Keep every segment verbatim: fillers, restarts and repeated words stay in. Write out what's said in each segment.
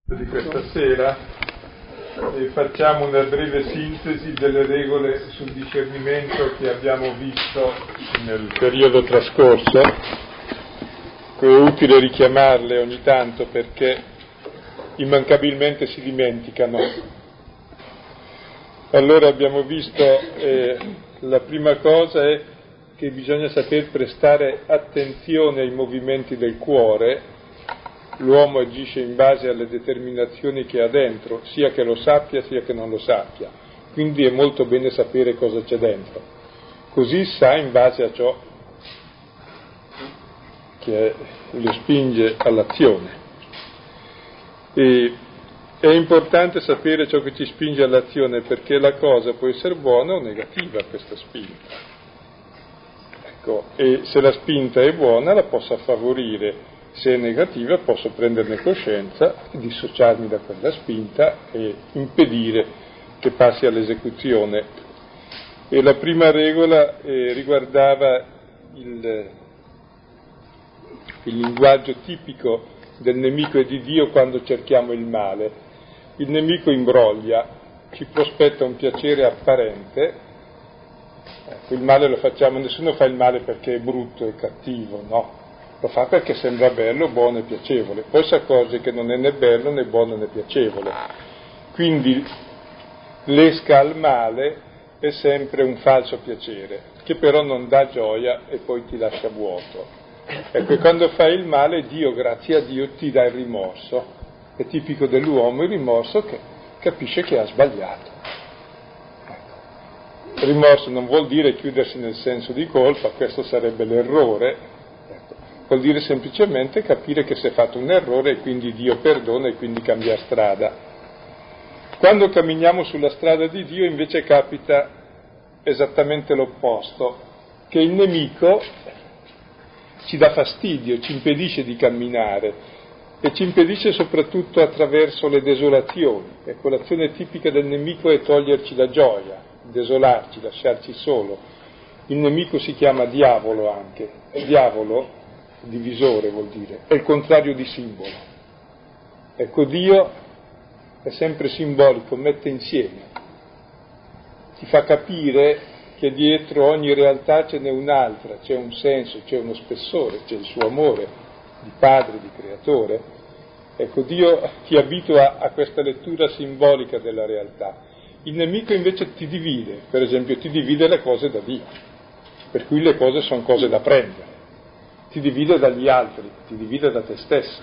Di questa sera e facciamo una breve sintesi delle regole sul discernimento che abbiamo visto nel periodo trascorso. È utile richiamarle ogni tanto perché immancabilmente si dimenticano. Allora abbiamo visto eh, la prima cosa è che bisogna saper prestare attenzione ai movimenti del cuore. L'uomo agisce in base alle determinazioni che ha dentro, sia che lo sappia sia che non lo sappia, quindi è molto bene sapere cosa c'è dentro, così sa in base a ciò che lo spinge all'azione. E è importante sapere ciò che ci spinge all'azione, perché la cosa può essere buona o negativa, questa spinta. Ecco, e se la spinta è buona la posso favorire. Se è negativa posso prenderne coscienza, dissociarmi da quella spinta e impedire che passi all'esecuzione. E la prima regola eh, riguardava il, il linguaggio tipico del nemico e di Dio quando cerchiamo il male. Il nemico imbroglia, ci prospetta un piacere apparente. Ecco, il male lo facciamo, nessuno fa il male perché è brutto e cattivo, no? Lo fa perché sembra bello, buono e piacevole, poi si accorge che non è né bello né buono né piacevole. Quindi l'esca al male è sempre un falso piacere, che però non dà gioia e poi ti lascia vuoto. Ecco, e quando fai il male, Dio, grazie a Dio, ti dà il rimorso. È tipico dell'uomo il rimorso, che capisce che ha sbagliato. Ecco. Il rimorso non vuol dire chiudersi nel senso di colpa, questo sarebbe l'errore. Vuol dire semplicemente capire che si è fatto un errore e quindi Dio perdona e quindi cambia strada. Quando camminiamo sulla strada di Dio invece capita esattamente l'opposto, che il nemico ci dà fastidio, ci impedisce di camminare e ci impedisce soprattutto attraverso le desolazioni. Ecco, l'azione tipica del nemico è toglierci la gioia, desolarci, lasciarci solo. Il nemico si chiama diavolo anche, il diavolo divisore vuol dire, è il contrario di simbolo. Ecco, Dio è sempre simbolico, mette insieme, ti fa capire che dietro ogni realtà ce n'è un'altra, c'è un senso, c'è uno spessore, c'è il suo amore di padre, di creatore. Ecco, Dio ti abitua a questa lettura simbolica della realtà. Il nemico invece ti divide, per esempio ti divide le cose da Dio, per cui le cose sono cose da prendere. Ti divide dagli altri, ti divide da te stesso,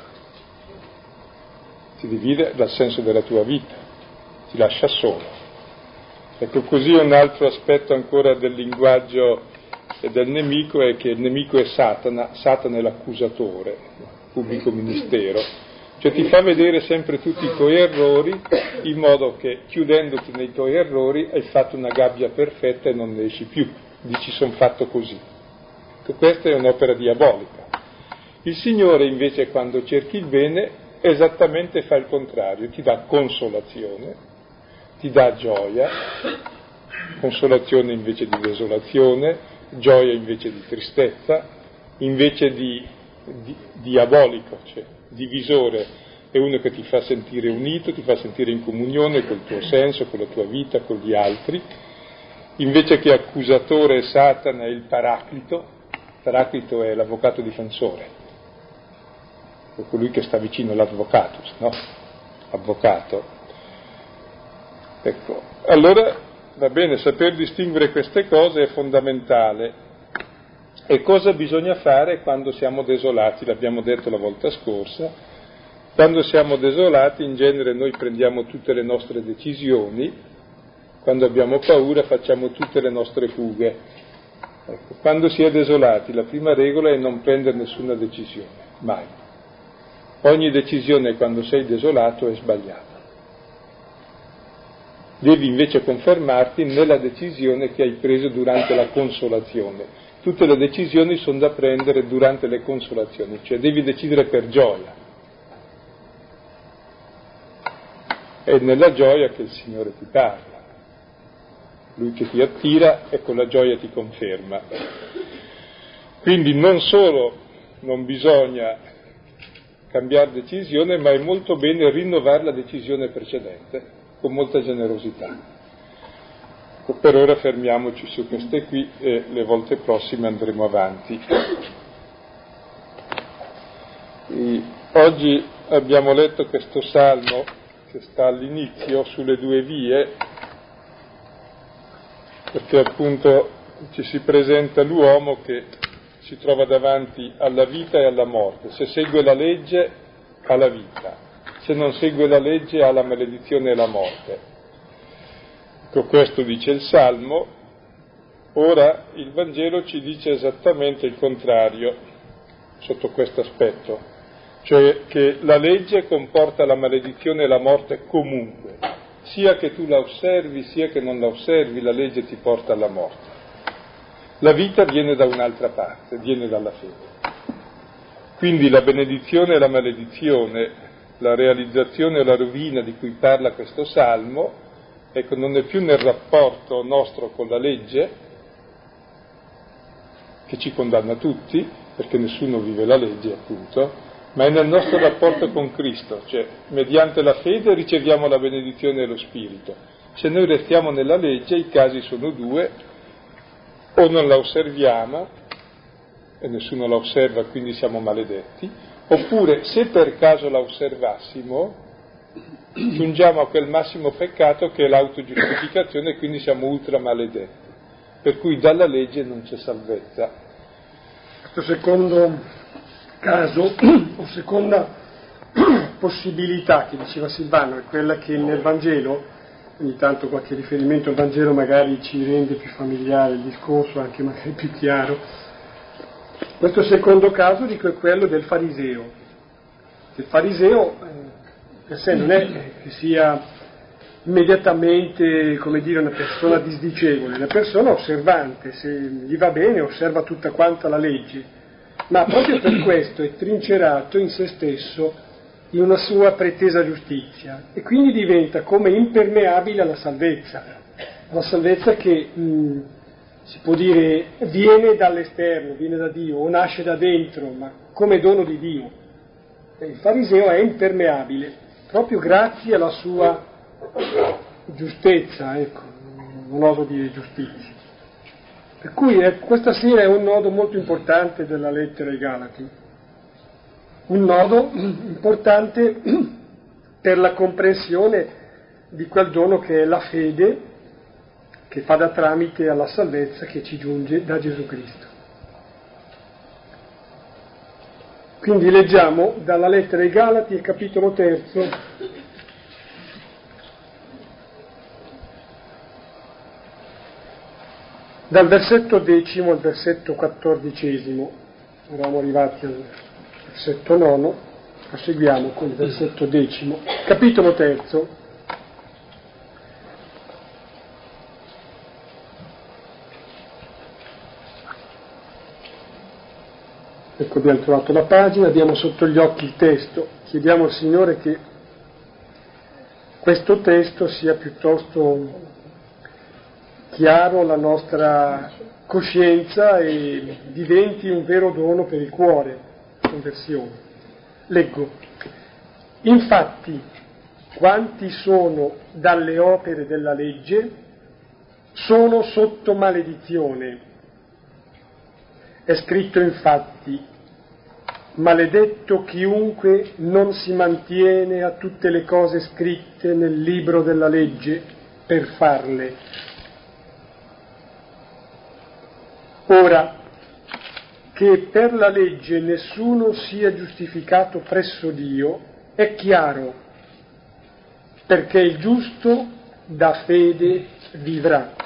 ti divide dal senso della tua vita, ti lascia solo. Ecco, così un altro aspetto ancora del linguaggio del nemico è che il nemico è Satana, Satana è l'accusatore, pubblico ministero, cioè ti fa vedere sempre tutti i tuoi errori, in modo che chiudendoti nei tuoi errori hai fatto una gabbia perfetta e non ne esci più, dici son fatto così. Questa è un'opera diabolica. Il Signore invece, quando cerchi il bene, esattamente fa il contrario, ti dà consolazione, ti dà gioia, consolazione invece di desolazione, gioia invece di tristezza, invece di, di diabolico, cioè divisore, è uno che ti fa sentire unito, ti fa sentire in comunione col tuo senso, con la tua vita, con gli altri, invece che accusatore Satana è il paraclito. Paraclito è l'avvocato difensore, è colui che sta vicino all'avvocato, no? Avvocato. Ecco, allora va bene, saper distinguere queste cose è fondamentale. E cosa bisogna fare quando siamo desolati? L'abbiamo detto la volta scorsa. Quando siamo desolati, in genere noi prendiamo tutte le nostre decisioni, quando abbiamo paura facciamo tutte le nostre fughe. Ecco, quando si è desolati, la prima regola è non prendere nessuna decisione, mai. Ogni decisione quando sei desolato è sbagliata. Devi invece confermarti nella decisione che hai preso durante la consolazione. Tutte le decisioni sono da prendere durante le consolazioni, cioè devi decidere per gioia. È nella gioia che il Signore ti parla. Lui che ti attira e con la gioia ti conferma. Quindi non solo non bisogna cambiare decisione, ma è molto bene rinnovare la decisione precedente, con molta generosità. Per ora fermiamoci su queste qui e le volte prossime andremo avanti. E oggi abbiamo letto questo salmo che sta all'inizio sulle due vie, perché appunto ci si presenta l'uomo che si trova davanti alla vita e alla morte. Se segue la legge ha la vita, se non segue la legge ha la maledizione e la morte. Ecco, questo dice il Salmo. Ora il Vangelo ci dice esattamente il contrario sotto questo aspetto, cioè che la legge comporta la maledizione e la morte comunque, sia che tu la osservi sia che non la osservi, la legge ti porta alla morte. La vita viene da un'altra parte, viene dalla fede. Quindi la benedizione e la maledizione, la realizzazione e la rovina di cui parla questo Salmo, ecco, non è più nel rapporto nostro con la legge, che ci condanna tutti, perché nessuno vive la legge, appunto, ma è nel nostro rapporto con Cristo, cioè mediante la fede riceviamo la benedizione dello Spirito. Se noi restiamo nella legge, i casi sono due: o non la osserviamo, e nessuno la osserva, quindi siamo maledetti, oppure se per caso la osservassimo, giungiamo a quel massimo peccato che è l'autogiustificazione e quindi siamo ultra maledetti, per cui dalla legge non c'è salvezza. Questo secondo caso, o seconda possibilità che diceva Silvano, è quella che nel Vangelo, ogni tanto qualche riferimento al Vangelo magari ci rende più familiare il discorso, anche magari più chiaro. Questo secondo caso dico è quello del fariseo. Il fariseo per sé non è che sia immediatamente, come dire, una persona disdicevole, una persona osservante, se gli va bene osserva tutta quanta la legge, ma proprio per questo è trincerato in se stesso, in una sua pretesa giustizia, e quindi diventa come impermeabile alla salvezza, alla salvezza che mh, si può dire viene dall'esterno, viene da Dio, o nasce da dentro, ma come dono di Dio. E il fariseo è impermeabile proprio grazie alla sua giustezza, ecco, non oso dire giustizia. Per cui eh, questa sera è un nodo molto importante della lettera ai Galati, un nodo importante per la comprensione di quel dono che è la fede, che fa da tramite alla salvezza che ci giunge da Gesù Cristo. Quindi leggiamo dalla lettera ai Galati, il capitolo terzo, dal versetto decimo al versetto quattordicesimo. Eravamo arrivati al versetto nono, proseguiamo con il versetto decimo. Capitolo terzo. Ecco, abbiamo trovato la pagina, abbiamo sotto gli occhi il testo. Chiediamo al Signore che questo testo sia piuttosto chiaro alla nostra coscienza e diventi un vero dono per il cuore, conversione. Leggo. Infatti, quanti sono dalle opere della legge sono sotto maledizione. È scritto infatti: maledetto chiunque non si mantiene a tutte le cose scritte nel libro della legge per farle. Ora, che per la legge nessuno sia giustificato presso Dio è chiaro, perché il giusto da fede vivrà.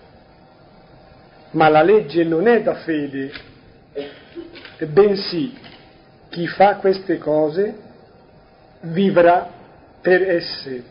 Ma la legge non è da fede, bensì chi fa queste cose vivrà per esse.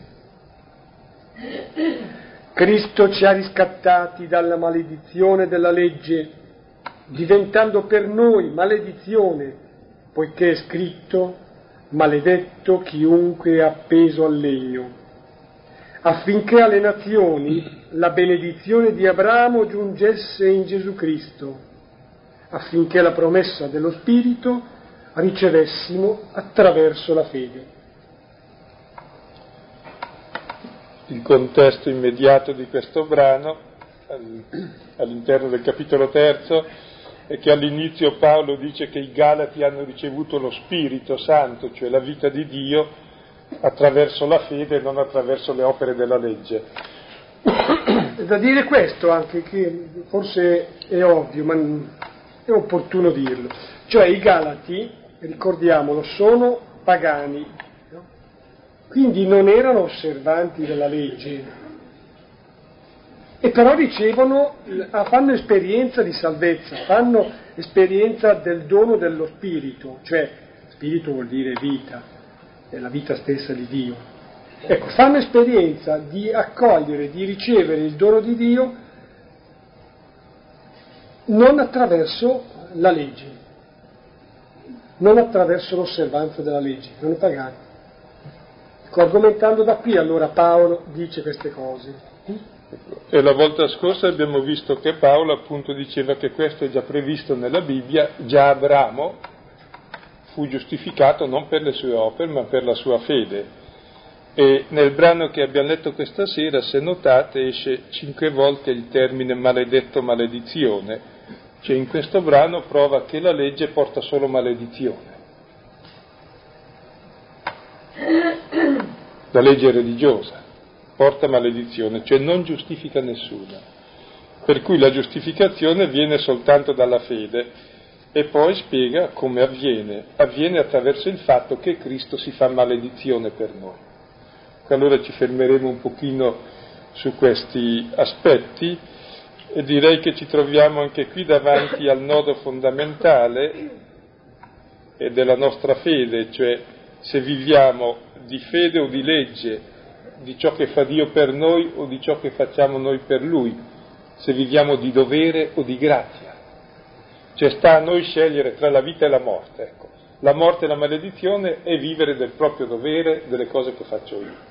Cristo ci ha riscattati dalla maledizione della legge, diventando per noi maledizione, poiché è scritto: maledetto chiunque è appeso al legno, affinché alle nazioni la benedizione di Abramo giungesse in Gesù Cristo, affinché la promessa dello Spirito ricevessimo attraverso la fede. Il contesto immediato di questo brano, all'interno del capitolo terzo, è che all'inizio Paolo dice che i Galati hanno ricevuto lo Spirito Santo, cioè la vita di Dio, attraverso la fede e non attraverso le opere della legge. È da dire questo anche, che forse è ovvio, ma è opportuno dirlo. Cioè i Galati, ricordiamolo, sono pagani, no? Quindi non erano osservanti della legge, e però ricevono, fanno esperienza di salvezza, fanno esperienza del dono dello Spirito, cioè Spirito vuol dire vita, è la vita stessa di Dio. Ecco, fanno esperienza di accogliere, di ricevere il dono di Dio non attraverso la legge, non attraverso l'osservanza della legge, non pagani. Ecco, argomentando da qui allora Paolo dice queste cose. E la volta scorsa abbiamo visto che Paolo appunto diceva che questo è già previsto nella Bibbia, già Abramo fu giustificato non per le sue opere ma per la sua fede. E nel brano che abbiamo letto questa sera, se notate, esce cinque volte il termine maledetto, maledizione, cioè in questo brano prova che la legge porta solo maledizione. La legge religiosa porta maledizione, cioè non giustifica nessuno, per cui la giustificazione viene soltanto dalla fede, e poi spiega come avviene. Avviene attraverso il fatto che Cristo si fa maledizione per noi. Allora ci fermeremo un pochino su questi aspetti e direi che ci troviamo anche qui davanti al nodo fondamentale della nostra fede, cioè se viviamo di fede o di legge, di ciò che fa Dio per noi o di ciò che facciamo noi per Lui, se viviamo di dovere o di grazia. Cioè sta a noi scegliere tra la vita e la morte, ecco. La morte e la maledizione è vivere del proprio dovere, delle cose che faccio io,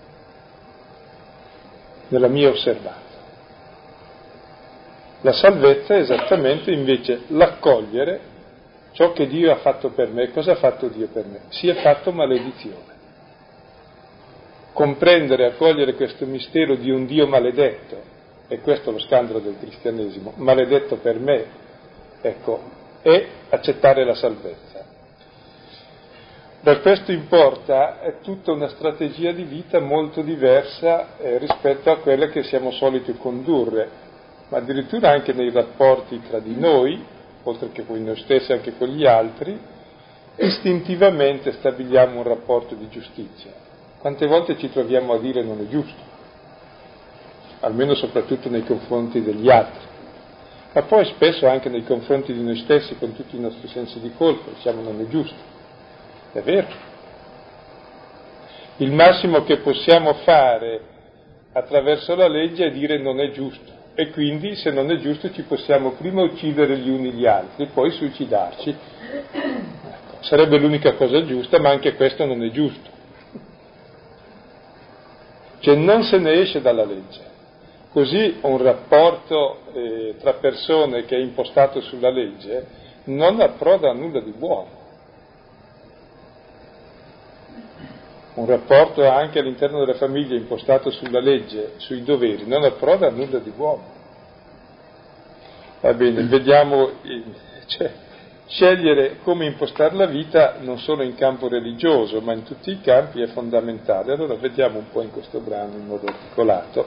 della mia osservanza. La salvezza è esattamente invece l'accogliere ciò che Dio ha fatto per me. Cosa ha fatto Dio per me? Si è fatto maledizione. Comprendere e accogliere questo mistero di un Dio maledetto, e questo è lo scandalo del cristianesimo, maledetto per me, ecco, e accettare la salvezza. Da questo in porta è tutta una strategia di vita molto diversa eh, rispetto a quella che siamo soliti condurre, ma addirittura anche nei rapporti tra di noi, oltre che con noi stessi anche con gli altri, istintivamente stabiliamo un rapporto di giustizia. Quante volte ci troviamo a dire non è giusto, almeno soprattutto nei confronti degli altri, ma poi spesso anche nei confronti di noi stessi, con tutti i nostri sensi di colpa, diciamo non è giusto. È vero. Il massimo che possiamo fare attraverso la legge è dire non è giusto, e quindi se non è giusto ci possiamo prima uccidere gli uni gli altri, poi suicidarci. Ecco, sarebbe l'unica cosa giusta, ma anche questo non è giusto. Cioè non se ne esce dalla legge. Così un rapporto eh, tra persone che è impostato sulla legge non approda a nulla di buono. Un rapporto anche all'interno della famiglia impostato sulla legge, sui doveri, non approda a nulla di buono. Va bene, vediamo, cioè, scegliere come impostare la vita non solo in campo religioso, ma in tutti i campi è fondamentale. Allora vediamo un po' in questo brano in modo articolato.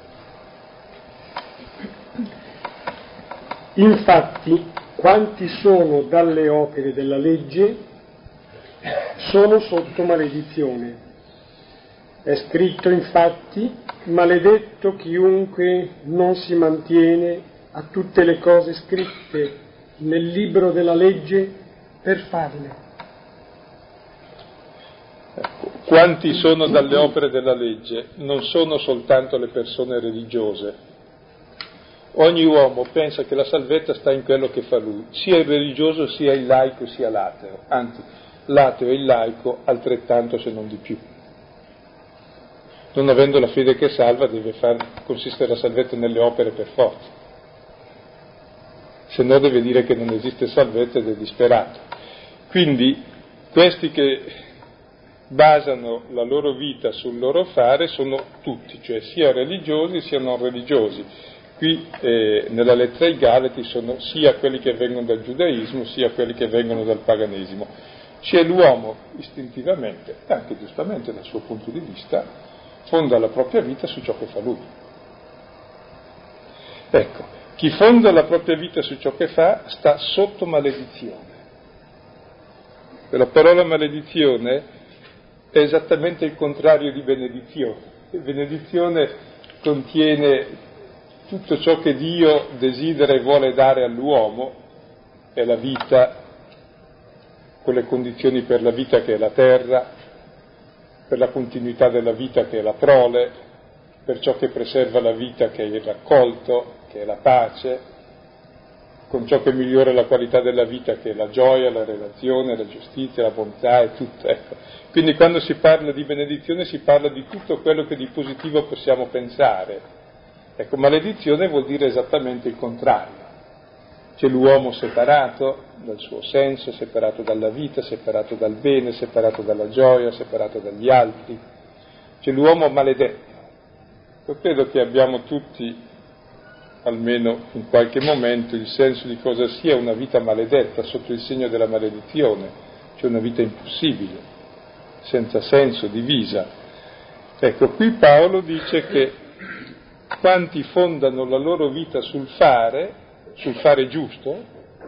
Infatti, quanti sono dalle opere della legge sono sotto maledizione. È scritto infatti, maledetto chiunque non si mantiene a tutte le cose scritte nel libro della legge per farle. Ecco, quanti sono dalle opere della legge? Non sono soltanto le persone religiose. Ogni uomo pensa che la salvezza sta in quello che fa lui, sia il religioso, sia il laico, sia l'ateo, anzi l'ateo e il laico altrettanto, se non di più. Non avendo la fede che salva, deve far consistere la salvezza nelle opere per forza, se no deve dire che non esiste salvezza ed è disperato. Quindi questi che basano la loro vita sul loro fare sono tutti, cioè sia religiosi sia non religiosi. Qui eh, nella lettera ai Galati sono sia quelli che vengono dal giudaismo sia quelli che vengono dal paganesimo. C'è l'uomo istintivamente, e anche giustamente dal suo punto di vista, fonda la propria vita su ciò che fa lui. Ecco, chi fonda la propria vita su ciò che fa sta sotto maledizione. La parola maledizione è esattamente il contrario di benedizione. Benedizione contiene tutto ciò che Dio desidera e vuole dare all'uomo, è la vita, con le condizioni per la vita che è la terra, per la continuità della vita che è la prole, per ciò che preserva la vita che è il raccolto, che è la pace, con ciò che migliora la qualità della vita che è la gioia, la relazione, la giustizia, la bontà e tutto. Ecco. Quindi quando si parla di benedizione si parla di tutto quello che di positivo possiamo pensare. Ecco, maledizione vuol dire esattamente il contrario. C'è l'uomo separato dal suo senso, separato dalla vita, separato dal bene, separato dalla gioia, separato dagli altri. C'è l'uomo maledetto. Io credo che abbiamo tutti, almeno in qualche momento, il senso di cosa sia una vita maledetta sotto il segno della maledizione, cioè una vita impossibile, senza senso, divisa. Ecco, qui Paolo dice che quanti fondano la loro vita sul fare, sul fare giusto,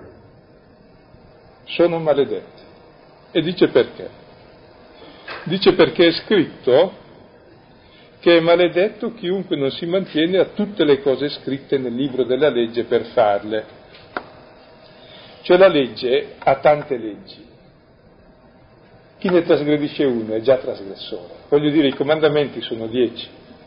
sono maledetti. E dice perché? Dice perché è scritto che è maledetto chiunque non si mantiene a tutte le cose scritte nel libro della legge per farle. Cioè la legge ha tante leggi. Chi ne trasgredisce uno è già trasgressore. Voglio dire, i comandamenti sono dieci.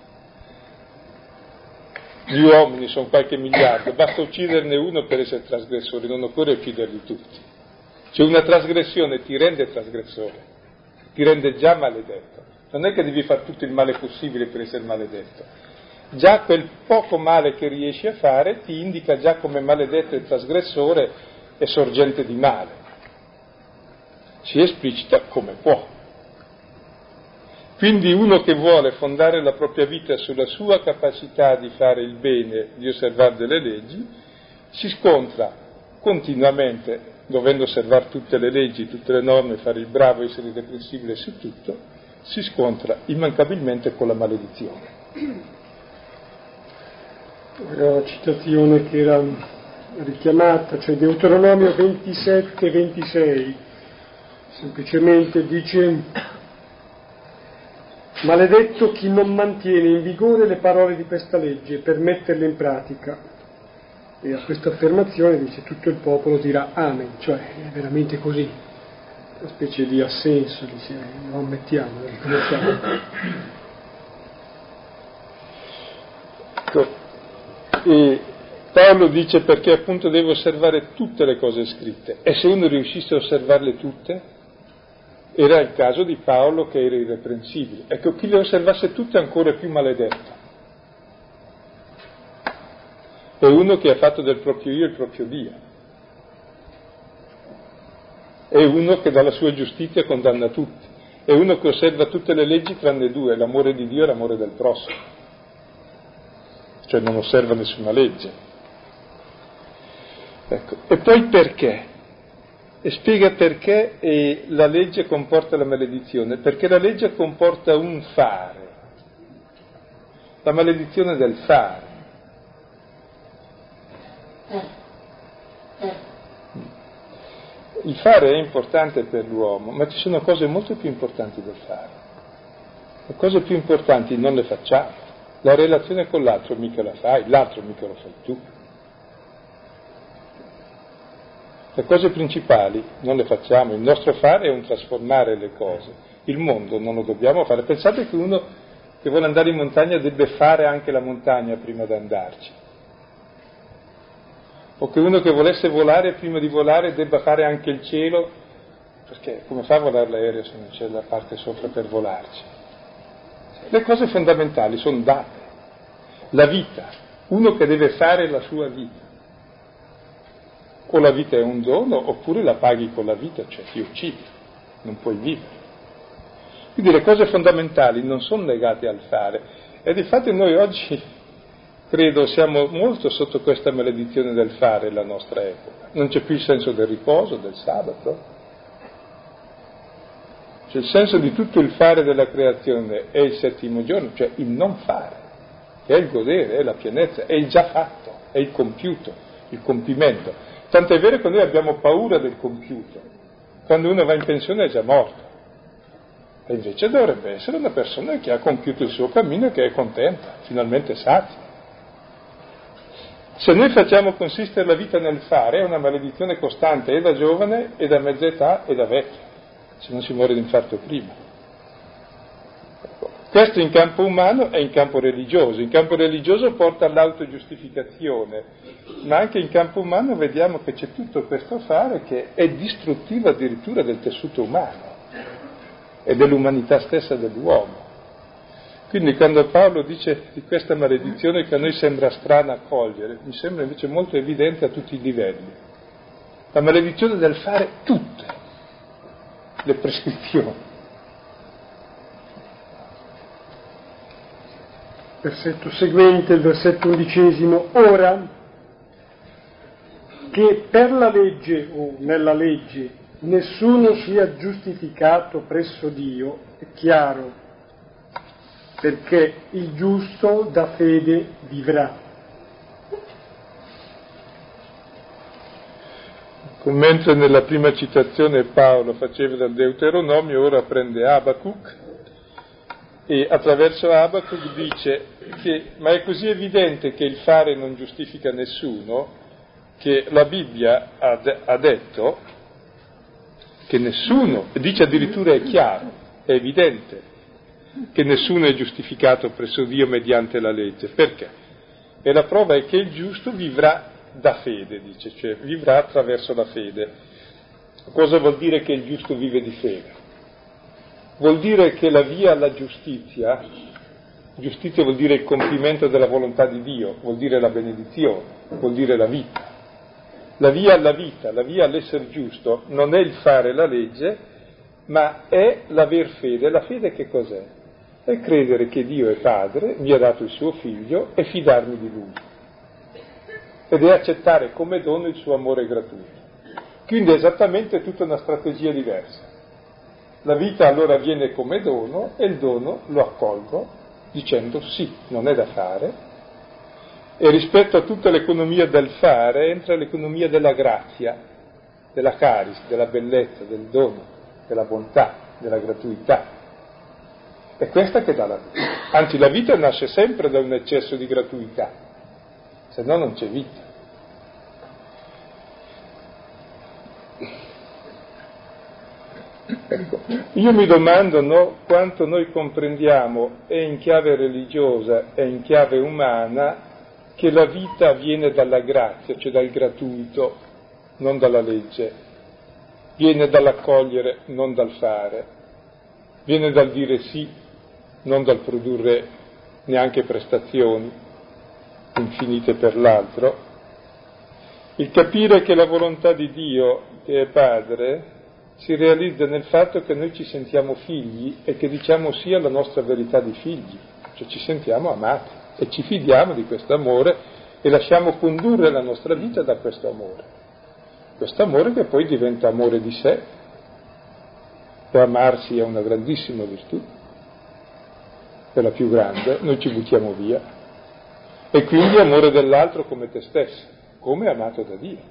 Gli uomini sono qualche miliardo, basta ucciderne uno per essere trasgressori, non occorre ucciderli tutti. Cioè una trasgressione ti rende trasgressore, ti rende già maledetto. Non è che devi fare tutto il male possibile per essere maledetto. Già quel poco male che riesci a fare ti indica già come maledetto e trasgressore e sorgente di male. Si esplicita come può. Quindi uno che vuole fondare la propria vita sulla sua capacità di fare il bene, di osservare delle leggi, si scontra continuamente, dovendo osservare tutte le leggi, tutte le norme, fare il bravo, essere irreprensibile su tutto, si scontra immancabilmente con la maledizione. Era la citazione che era richiamata, cioè Deuteronomio ventisette ventisei, semplicemente dice: maledetto chi non mantiene in vigore le parole di questa legge per metterle in pratica. E a questa affermazione dice tutto il popolo dirà amen, cioè è veramente così, una specie di assenso, dice lo ammettiamo, lo riconosciamo. Ecco, e Paolo dice perché appunto deve osservare tutte le cose scritte, e se uno riuscisse a osservarle tutte, era il caso di Paolo che era irreprensibile. Ecco, chi le osservasse tutte è ancora più maledetto. È uno che ha fatto del proprio io il proprio Dio. È uno che dalla sua giustizia condanna tutti. È uno che osserva tutte le leggi tranne due, l'amore di Dio e l'amore del prossimo. Cioè non osserva nessuna legge. Ecco. E poi perché? E spiega perché eh, la legge comporta la maledizione. Perché la legge comporta un fare. La maledizione del fare. Il fare è importante per l'uomo, ma ci sono cose molto più importanti del fare. Le cose più importanti non le facciamo. La relazione con l'altro mica la fai, l'altro mica lo fai tu. Le cose principali non le facciamo, il nostro fare è un trasformare le cose, il mondo non lo dobbiamo fare. Pensate che uno che vuole andare in montagna debba fare anche la montagna prima di andarci, o che uno che volesse volare prima di volare debba fare anche il cielo, perché come fa a volare l'aereo se non c'è la parte sopra per volarci? Le cose fondamentali sono date, la vita, uno che deve fare la sua vita. O la vita è un dono, oppure la paghi con la vita, cioè ti uccidi, non puoi vivere. Quindi le cose fondamentali non sono legate al fare. E difatti noi oggi, credo, siamo molto sotto questa maledizione del fare, la nostra epoca. Non c'è più il senso del riposo, del sabato. Cioè il senso di tutto il fare della creazione è il settimo giorno, cioè il non fare, è il godere, è la pienezza, è il già fatto, è il compiuto, il compimento. Tant'è vero che noi abbiamo paura del compiuto. Quando uno va in pensione è già morto. E invece dovrebbe essere una persona che ha compiuto il suo cammino e che è contenta, finalmente sazia. Se noi facciamo consistere la vita nel fare, è una maledizione costante e da giovane, e da mezza età, e da vecchio, se non si muore di infarto prima. Questo in campo umano e in campo religioso. In campo religioso porta all'autogiustificazione, ma anche in campo umano vediamo che c'è tutto questo fare che è distruttivo addirittura del tessuto umano e dell'umanità stessa dell'uomo. Quindi quando Paolo dice di questa maledizione che a noi sembra strana a cogliere, mi sembra invece molto evidente a tutti i livelli. La maledizione del fare tutte le prescrizioni. Versetto seguente, il versetto undicesimo. Ora che per la legge o nella legge nessuno sia giustificato presso Dio, è chiaro, perché il giusto da fede vivrà. Mentre nella prima citazione Paolo faceva dal Deuteronomio, ora prende Abacuc e attraverso Abacuc dice che ma è così evidente che il fare non giustifica nessuno che la Bibbia ha, de- ha detto che nessuno, dice addirittura è chiaro, è evidente che nessuno è giustificato presso Dio mediante la legge. Perché? E la prova è che il giusto vivrà da fede, dice, cioè vivrà attraverso la fede. Cosa vuol dire che il giusto vive di fede? Vuol dire che la via alla giustizia, giustizia vuol dire il compimento della volontà di Dio, vuol dire la benedizione, vuol dire la vita. La via alla vita, la via all'essere giusto non è il fare la legge, ma è l'aver fede. La fede che cos'è? È credere che Dio è Padre, mi ha dato il suo Figlio e fidarmi di Lui. Ed è accettare come dono il suo amore gratuito. Quindi è esattamente tutta una strategia diversa. La vita allora viene come dono e il dono lo accolgo dicendo sì, non è da fare, e rispetto a tutta l'economia del fare entra l'economia della grazia, della caris, della bellezza, del dono, della bontà, della gratuità. È questa che dà la vita. Anzi, la vita nasce sempre da un eccesso di gratuità, se no non c'è vita. Ecco, io mi domando no, quanto noi comprendiamo, e in chiave religiosa e in chiave umana, che la vita viene dalla grazia, cioè dal gratuito, non dalla legge, viene dall'accogliere, non dal fare, viene dal dire sì, non dal produrre neanche prestazioni infinite per l'altro. Il capire che la volontà di Dio, che è Padre, si realizza nel fatto che noi ci sentiamo figli e che diciamo sì alla nostra verità di figli, cioè ci sentiamo amati e ci fidiamo di questo amore e lasciamo condurre la nostra vita da questo amore. Questo amore che poi diventa amore di sé, e amarsi è una grandissima virtù, è la più grande, noi ci buttiamo via, e quindi amore dell'altro come te stesso, come amato da Dio.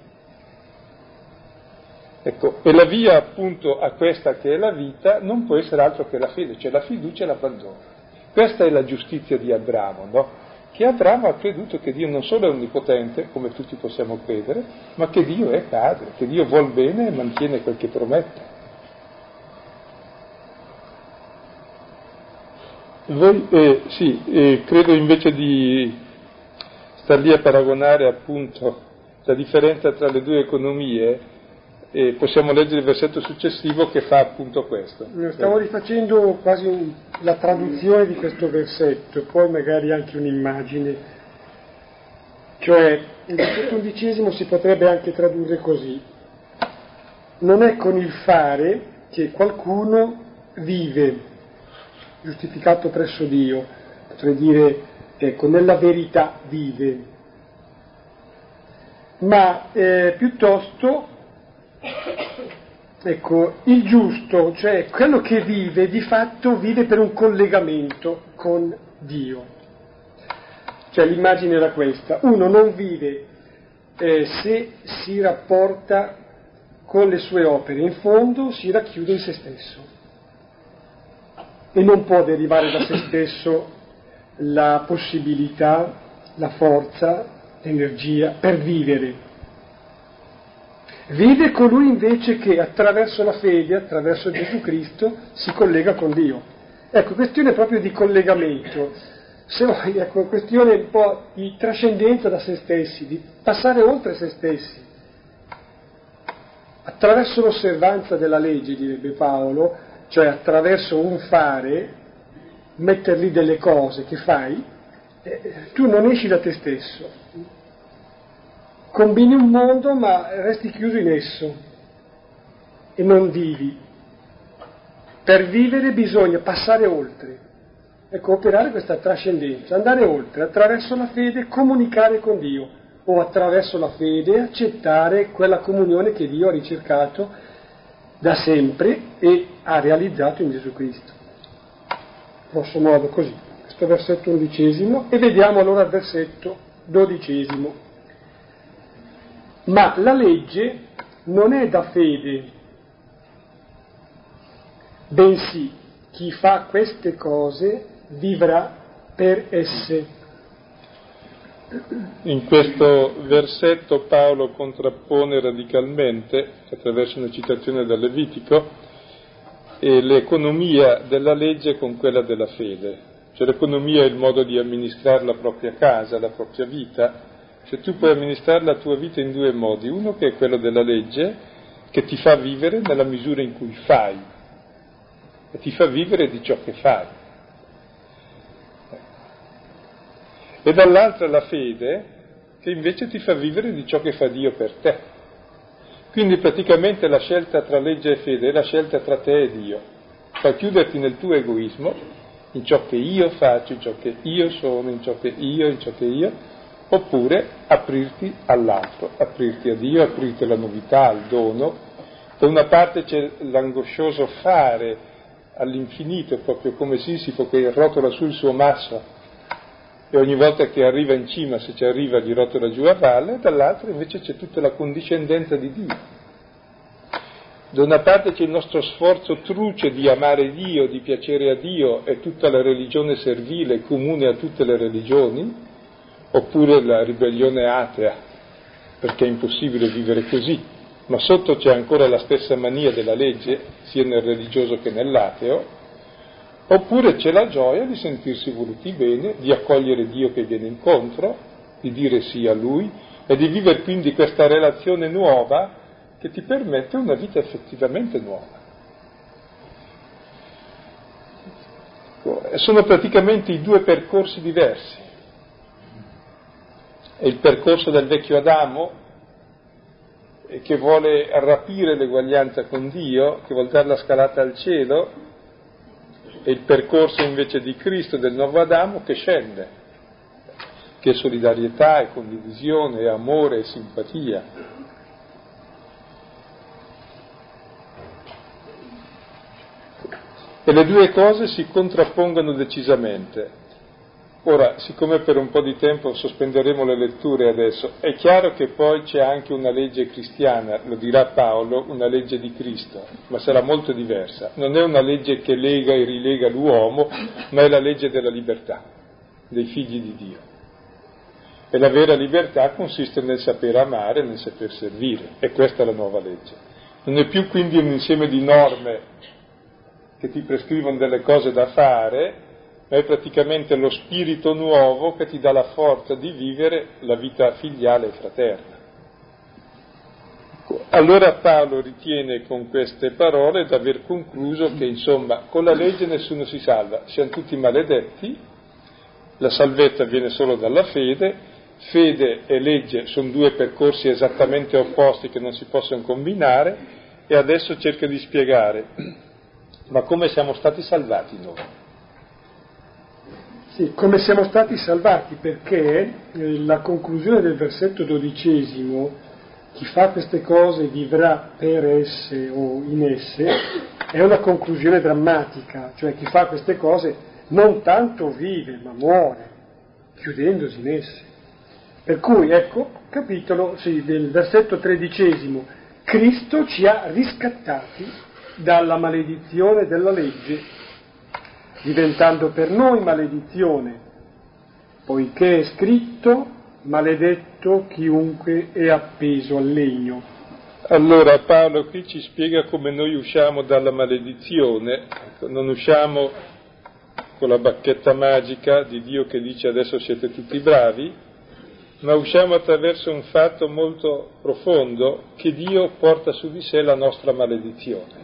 Ecco, e la via appunto a questa che è la vita non può essere altro che la fede, cioè la fiducia e l'abbandono. Questa è la giustizia di Abramo, no? Che Abramo ha creduto che Dio non solo è onnipotente, come tutti possiamo credere, ma che Dio è Padre, che Dio vuol bene e mantiene quel che promette. Voi, eh, sì, eh, credo invece di star lì a paragonare appunto la differenza tra le due economie, e possiamo leggere il versetto successivo che fa appunto questo. Stavo rifacendo quasi un, la traduzione di questo versetto, poi magari anche un'immagine Cioè, il versetto undicesimo si potrebbe anche tradurre così: non è con il fare che qualcuno vive, giustificato presso Dio, potrei dire, ecco, nella verità vive, ma eh, piuttosto, ecco, il giusto, cioè quello che vive, di fatto vive per un collegamento con Dio. Cioè l'immagine era questa: uno non vive eh, se si rapporta con le sue opere, in fondo si racchiude in se stesso e non può derivare da se stesso la possibilità, la forza, l'energia per vivere. Vive colui invece che attraverso la fede, attraverso Gesù Cristo, si collega con Dio. Ecco, questione proprio di collegamento, se vuoi, ecco, questione un po' di trascendenza da se stessi, di passare oltre se stessi. Attraverso l'osservanza della legge, direbbe Paolo, cioè attraverso un fare, mettere lì delle cose che fai, eh, tu non esci da te stesso, combini un mondo ma resti chiuso in esso e non vivi. Per vivere bisogna passare oltre, ecco, operare questa trascendenza, andare oltre, attraverso la fede comunicare con Dio, o attraverso la fede accettare quella comunione che Dio ha ricercato da sempre e ha realizzato in Gesù Cristo. Grosso modo così, questo versetto undicesimo, e vediamo allora il versetto dodicesimo. Ma la legge non è da fede, bensì chi fa queste cose vivrà per esse. In questo versetto Paolo contrappone radicalmente, attraverso una citazione dal Levitico, eh, l'economia della legge con quella della fede. Cioè l'economia è il modo di amministrare la propria casa, la propria vita. Cioè tu puoi amministrare la tua vita in due modi: uno che è quello della legge, che ti fa vivere nella misura in cui fai, e ti fa vivere di ciò che fai. E dall'altra la fede, che invece ti fa vivere di ciò che fa Dio per te. Quindi praticamente la scelta tra legge e fede è la scelta tra te e Dio. Fai chiuderti nel tuo egoismo, in ciò che io faccio, in ciò che io sono, in ciò che io, in ciò che io, oppure aprirti all'altro, aprirti a Dio, aprirti alla novità, al dono. Da una parte c'è l'angoscioso fare all'infinito, proprio come Sisifo che rotola sul suo masso, e ogni volta che arriva in cima, se ci arriva, gli rotola giù a valle, dall'altra invece c'è tutta la condiscendenza di Dio. Da una parte c'è il nostro sforzo truce di amare Dio, di piacere a Dio, e tutta la religione servile, comune a tutte le religioni, oppure la ribellione atea, perché è impossibile vivere così, ma sotto c'è ancora la stessa mania della legge, sia nel religioso che nell'ateo. Oppure c'è la gioia di sentirsi voluti bene, di accogliere Dio che viene incontro, di dire sì a Lui e di vivere quindi questa relazione nuova che ti permette una vita effettivamente nuova. Sono praticamente i due percorsi diversi. È il percorso del vecchio Adamo, che vuole rapire l'eguaglianza con Dio, che vuole dare la scalata al cielo, e il percorso invece di Cristo, del nuovo Adamo, che scende, che è solidarietà, è condivisione, è amore, è simpatia. E le due cose si contrappongono decisamente. Ora, siccome per un po' di tempo sospenderemo le letture adesso, è chiaro che poi c'è anche una legge cristiana, lo dirà Paolo, una legge di Cristo, ma sarà molto diversa. Non è una legge che lega e rilega l'uomo, ma è la legge della libertà, dei figli di Dio. E la vera libertà consiste nel saper amare, nel saper servire, e questa è la nuova legge. Non è più quindi un insieme di norme che ti prescrivono delle cose da fare, ma è praticamente lo spirito nuovo che ti dà la forza di vivere la vita filiale e fraterna. Allora Paolo ritiene con queste parole di aver concluso che insomma con la legge nessuno si salva, siamo tutti maledetti, la salvezza viene solo dalla fede fede e legge sono due percorsi esattamente opposti che non si possono combinare, e adesso cerca di spiegare, ma come siamo stati salvati noi? Sì, come siamo stati salvati, perché eh, la conclusione del versetto dodicesimo, chi fa queste cose vivrà per esse o in esse, è una conclusione drammatica, cioè chi fa queste cose non tanto vive, ma muore, chiudendosi in esse. Per cui, ecco, capitolo, sì, del versetto tredicesimo, Cristo ci ha riscattati dalla maledizione della legge, diventando per noi maledizione, poiché è scritto: maledetto chiunque è appeso al legno. Allora Paolo qui ci spiega come noi usciamo dalla maledizione, non usciamo con la bacchetta magica di Dio che dice adesso siete tutti bravi, ma usciamo attraverso un fatto molto profondo, che Dio porta su di sé la nostra maledizione.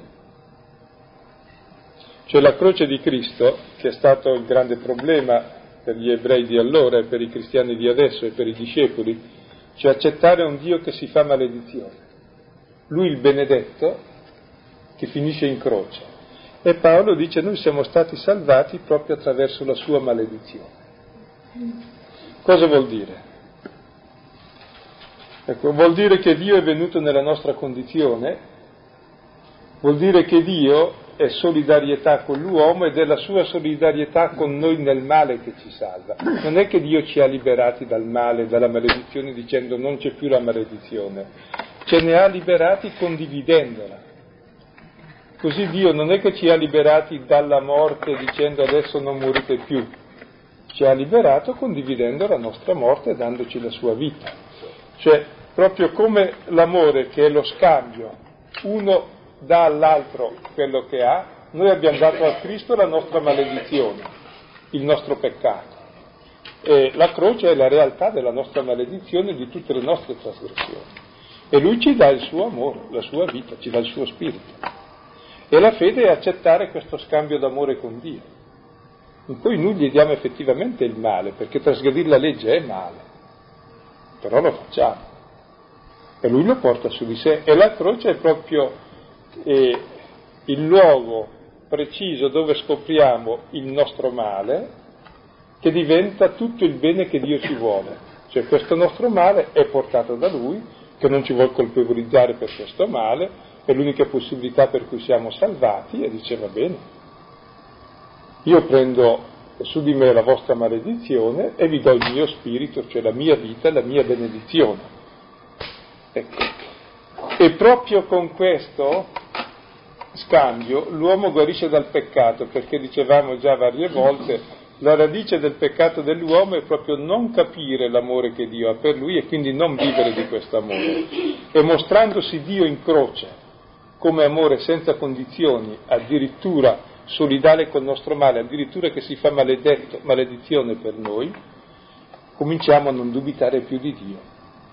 Cioè la croce di Cristo, che è stato il grande problema per gli ebrei di allora e per i cristiani di adesso e per i discepoli, cioè accettare un Dio che si fa maledizione. Lui il benedetto che finisce in croce. E Paolo dice: noi siamo stati salvati proprio attraverso la sua maledizione. Cosa vuol dire? Ecco, vuol dire che Dio è venuto nella nostra condizione, vuol dire che Dio è solidarietà con l'uomo ed è la sua solidarietà con noi nel male che ci salva. Non è che Dio ci ha liberati dal male, dalla maledizione, dicendo non c'è più la maledizione, ce ne ha liberati condividendola. Così Dio non è che ci ha liberati dalla morte dicendo adesso non morite più, ci ha liberato condividendo la nostra morte e dandoci la sua vita. Cioè, proprio come l'amore che è lo scambio, uno dà all'altro quello che ha, noi abbiamo dato a Cristo la nostra maledizione, il nostro peccato. E la croce è la realtà della nostra maledizione e di tutte le nostre trasgressioni. E Lui ci dà il suo amore, la sua vita, ci dà il suo spirito. E la fede è accettare questo scambio d'amore con Dio. In cui noi gli diamo effettivamente il male, perché trasgredire la legge è male, però lo facciamo. E Lui lo porta su di sé. E la croce è proprio eh, il luogo preciso dove scopriamo il nostro male, che diventa tutto il bene che Dio ci vuole. Cioè questo nostro male è portato da Lui, che non ci vuole colpevolizzare per questo male, è l'unica possibilità per cui siamo salvati, e dice va bene, io prendo su di me la vostra maledizione e vi do il mio spirito, cioè la mia vita e la mia benedizione. Ecco. E proprio con questo scambio l'uomo guarisce dal peccato, perché dicevamo già varie volte, la radice del peccato dell'uomo è proprio non capire l'amore che Dio ha per lui e quindi non vivere di questo amore. E mostrandosi Dio in croce come amore senza condizioni, addirittura solidale col nostro male, addirittura che si fa maledetto, maledizione per noi, cominciamo a non dubitare più di Dio.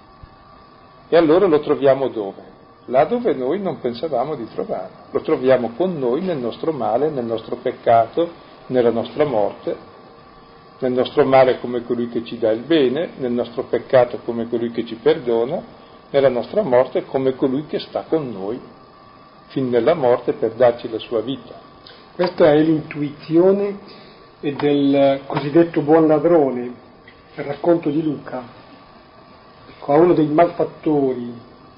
E allora lo troviamo dove? Là dove noi non pensavamo di trovarlo. Lo troviamo con noi nel nostro male, nel nostro peccato, nella nostra morte, nel nostro male come colui che ci dà il bene, nel nostro peccato come colui che ci perdona, nella nostra morte come colui che sta con noi fin nella morte per darci la sua vita. Questa è l'intuizione del cosiddetto buon ladrone, il racconto di Luca. A uno dei malfattori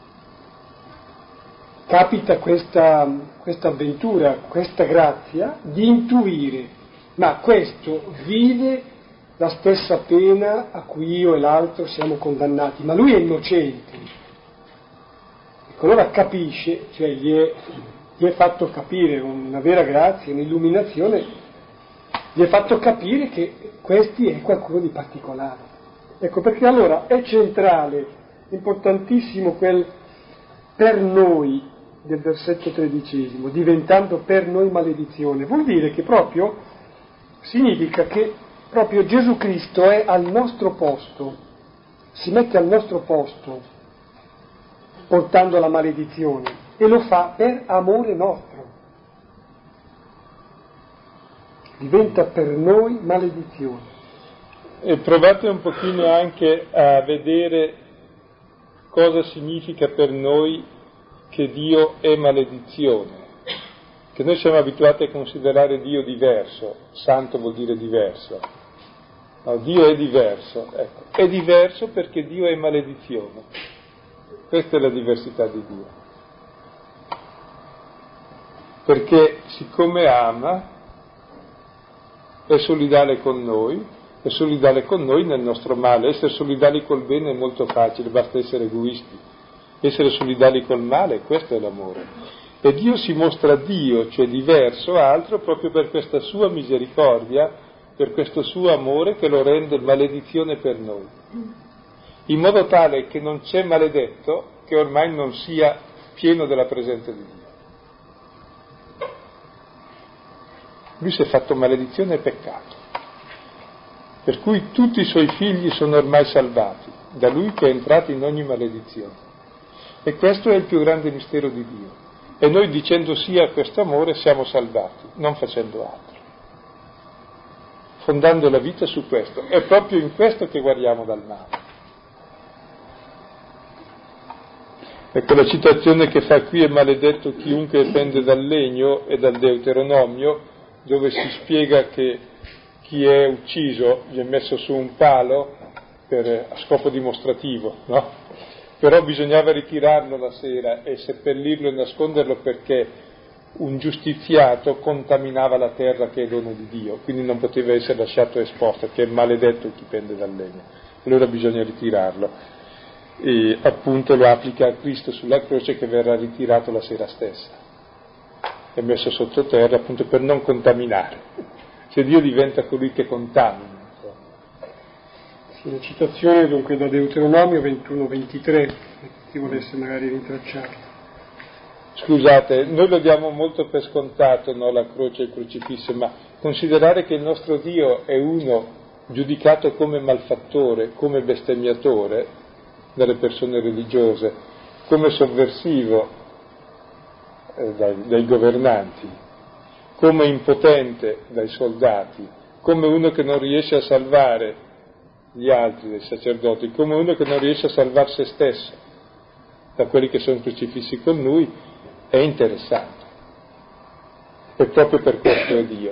capita questa, questa avventura, questa grazia di intuire, ma questo vive la stessa pena a cui io e l'altro siamo condannati, ma lui è innocente. Ecco, allora capisce, cioè gli è, gli è fatto capire una vera grazia, un'illuminazione, gli è fatto capire che questi è qualcuno di particolare. Ecco perché allora è centrale, importantissimo quel per noi del versetto tredicesimo, diventando per noi maledizione. Vuol dire che proprio significa che proprio Gesù Cristo è al nostro posto, si mette al nostro posto portando la maledizione e lo fa per amore nostro. Diventa per noi maledizione. e provate un pochino anche a vedere cosa significa per noi che Dio è maledizione, che noi siamo abituati a considerare Dio diverso, santo vuol dire diverso, no, Dio è diverso, ecco, è diverso perché Dio è maledizione, questa è la diversità di Dio, perché siccome ama è solidale con noi, è solidale con noi nel nostro male. Essere solidali col bene è molto facile, basta essere egoisti. Essere solidali col male, questo è l'amore. E Dio si mostra Dio, cioè diverso, altro, proprio per questa sua misericordia, per questo suo amore che lo rende maledizione per noi. In modo tale che non c'è maledetto che ormai non sia pieno della presenza di Dio. Lui si è fatto maledizione e peccato, per cui tutti i suoi figli sono ormai salvati, da lui che è entrato in ogni maledizione. E questo è il più grande mistero di Dio. E noi dicendo sì a questo amore siamo salvati, non facendo altro. Fondando la vita su questo. È proprio in questo che guariamo dal male. Ecco la citazione che fa qui: è maledetto chiunque pende dal legno, e dal Deuteronomio, dove si spiega che chi è ucciso viene messo su un palo per, a scopo dimostrativo, no? Però bisognava ritirarlo la sera e seppellirlo e nasconderlo perché un giustiziato contaminava la terra che è dono di Dio, quindi non poteva essere lasciato esposto, che è maledetto chi pende dal legno. Allora bisogna ritirarlo. E appunto lo applica a Cristo sulla croce, che verrà ritirato la sera stessa. È messo sottoterra appunto per non contaminare, cioè Dio diventa colui che contamina. Sì, la citazione dunque da Deuteronomio ventuno ventitré, chi volesse magari rintracciarla. Scusate, noi lo diamo molto per scontato, no, la croce e il crocifisso, ma considerare che il nostro Dio è uno giudicato come malfattore, come bestemmiatore dalle persone religiose, come sovversivo Dai, dai governanti, come impotente dai soldati, come uno che non riesce a salvare gli altri, dai sacerdoti, come uno che non riesce a salvare se stesso da quelli che sono crocifissi con lui, è interessante. E proprio per questo è Dio.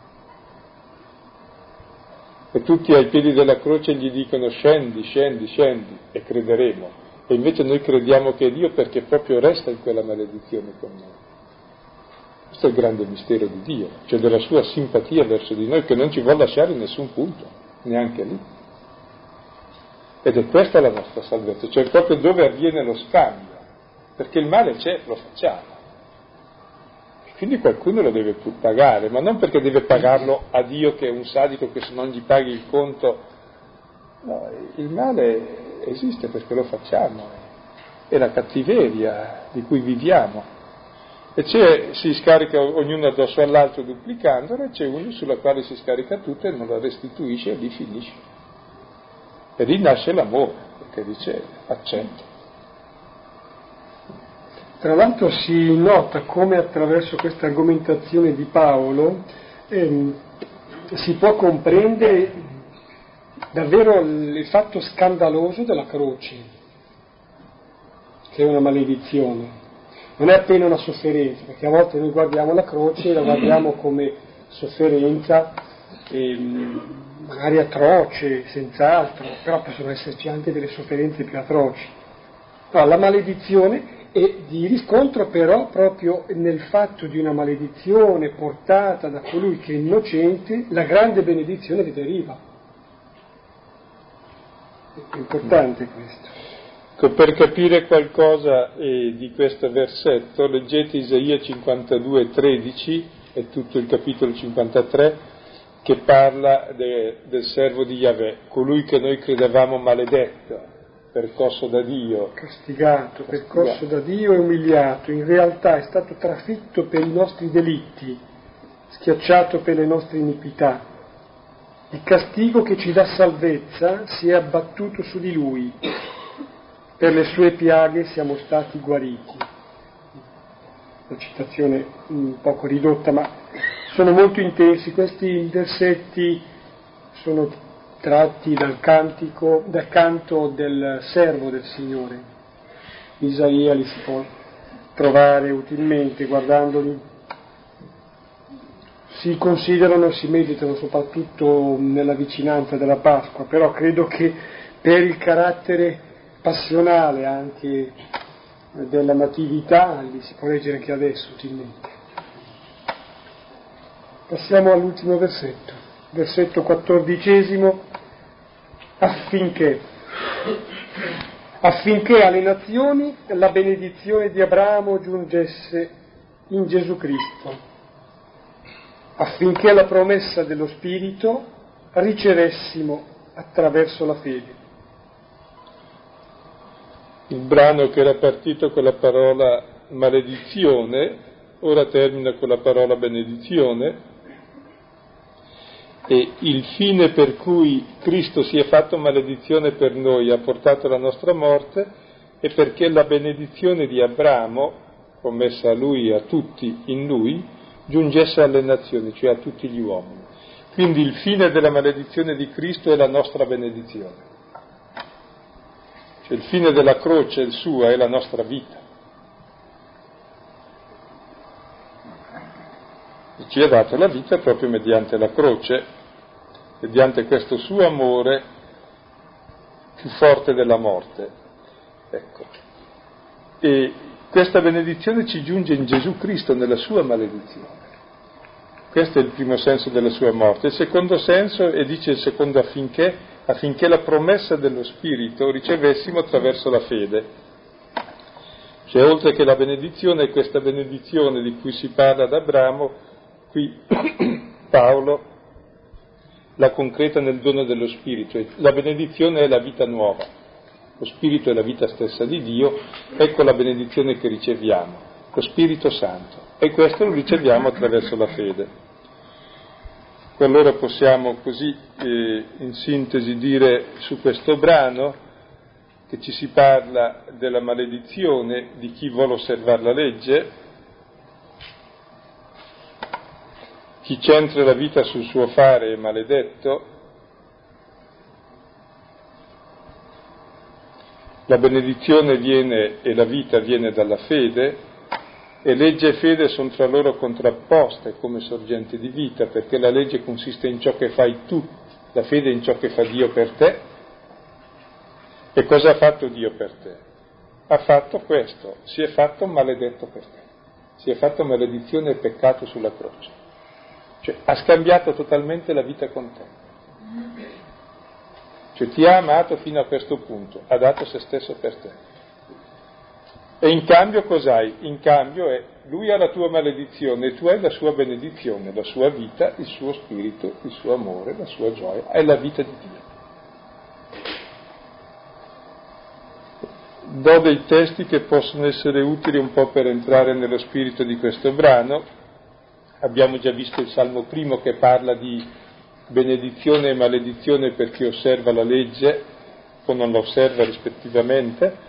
E tutti ai piedi della croce gli dicono scendi, scendi, scendi, e crederemo. E invece noi crediamo che è Dio perché proprio resta in quella maledizione con noi. Questo è il grande mistero di Dio, cioè della sua simpatia verso di noi, che non ci vuole lasciare in nessun punto, neanche lì. Ed è questa la nostra salvezza, cioè proprio dove avviene lo scambio, perché il male c'è, lo facciamo. E quindi qualcuno lo deve pur pagare, ma non perché deve pagarlo a Dio che è un sadico che se non gli paghi il conto. No, il male esiste perché lo facciamo, è la cattiveria di cui viviamo, e c'è, si scarica ognuno addosso all'altro duplicandolo, e c'è uno sulla quale si scarica tutto e non la restituisce, e lì finisce. E lì nasce l'amore, perché dice accetto. Tra l'altro si nota come attraverso questa argomentazione di Paolo ehm, si può comprendere davvero il fatto scandaloso della croce, che è una maledizione. Non è appena una sofferenza, perché a volte noi guardiamo la croce e la guardiamo come sofferenza, ehm, magari atroce, senz'altro, però possono esserci anche delle sofferenze più atroci. No, la maledizione è di riscontro però proprio nel fatto di una maledizione portata da colui che è innocente, la grande benedizione che deriva. È importante questo. Per capire qualcosa eh, di questo versetto, leggete Isaia cinquantadue tredici e tutto il capitolo cinquantatré, che parla de, del servo di Yahweh, colui che noi credevamo maledetto, percosso da Dio. Castigato, percosso da Dio e umiliato, in realtà è stato trafitto per i nostri delitti, schiacciato per le nostre iniquità. Il castigo che ci dà salvezza si è abbattuto su di lui, per le sue piaghe siamo stati guariti. Una citazione un poco ridotta, ma sono molto intensi, questi versetti sono tratti dal cantico, dal canto del servo del Signore. Isaia li si può trovare utilmente guardandoli. Si considerano e si meditano soprattutto nella vicinanza della Pasqua, però credo che per il carattere passionale anche dell'amatività li si può leggere anche adesso utilmente. Passiamo all'ultimo versetto, versetto quattordicesimo, affinché, affinché alle nazioni la benedizione di Abramo giungesse in Gesù Cristo, affinché la promessa dello Spirito ricevessimo attraverso la fede. Il brano che era partito con la parola maledizione, ora termina con la parola benedizione, e il fine per cui Cristo si è fatto maledizione per noi, ha portato la nostra morte, è perché la benedizione di Abramo, promessa a lui e a tutti in lui, giungesse alle nazioni, cioè a tutti gli uomini. Quindi il fine della maledizione di Cristo è la nostra benedizione. Cioè il fine della croce, il suo, è la nostra vita. E ci ha dato la vita proprio mediante la croce, mediante questo suo amore più forte della morte. Ecco. E questa benedizione ci giunge in Gesù Cristo, nella sua maledizione. Questo è il primo senso della sua morte. Il secondo senso, e dice il secondo affinché, affinché la promessa dello Spirito ricevessimo attraverso la fede. Cioè, oltre che la benedizione, questa benedizione di cui si parla ad Abramo, qui Paolo la concreta nel dono dello Spirito. La benedizione è la vita nuova, lo Spirito è la vita stessa di Dio, ecco la benedizione che riceviamo, lo Spirito Santo, e questo lo riceviamo attraverso la fede. Allora possiamo così eh, in sintesi dire su questo brano che ci si parla della maledizione di chi vuole osservare la legge, chi centra la vita sul suo fare è maledetto, la benedizione viene e la vita viene dalla fede, e legge e fede sono tra loro contrapposte come sorgenti di vita, perché la legge consiste in ciò che fai tu, la fede in ciò che fa Dio per te. E cosa ha fatto Dio per te? Ha fatto questo, si è fatto maledetto per te, si è fatto maledizione e peccato sulla croce, cioè ha scambiato totalmente la vita con te, cioè ti ha amato fino a questo punto, ha dato se stesso per te. E in cambio cos'hai? In cambio è, lui ha la tua maledizione e tu hai la sua benedizione, la sua vita, il suo spirito, il suo amore, la sua gioia, è la vita di Dio. Do dei testi che possono essere utili un po' per entrare nello spirito di questo brano. Abbiamo già visto il Salmo primo che parla di benedizione e maledizione per chi osserva la legge o non la osserva rispettivamente.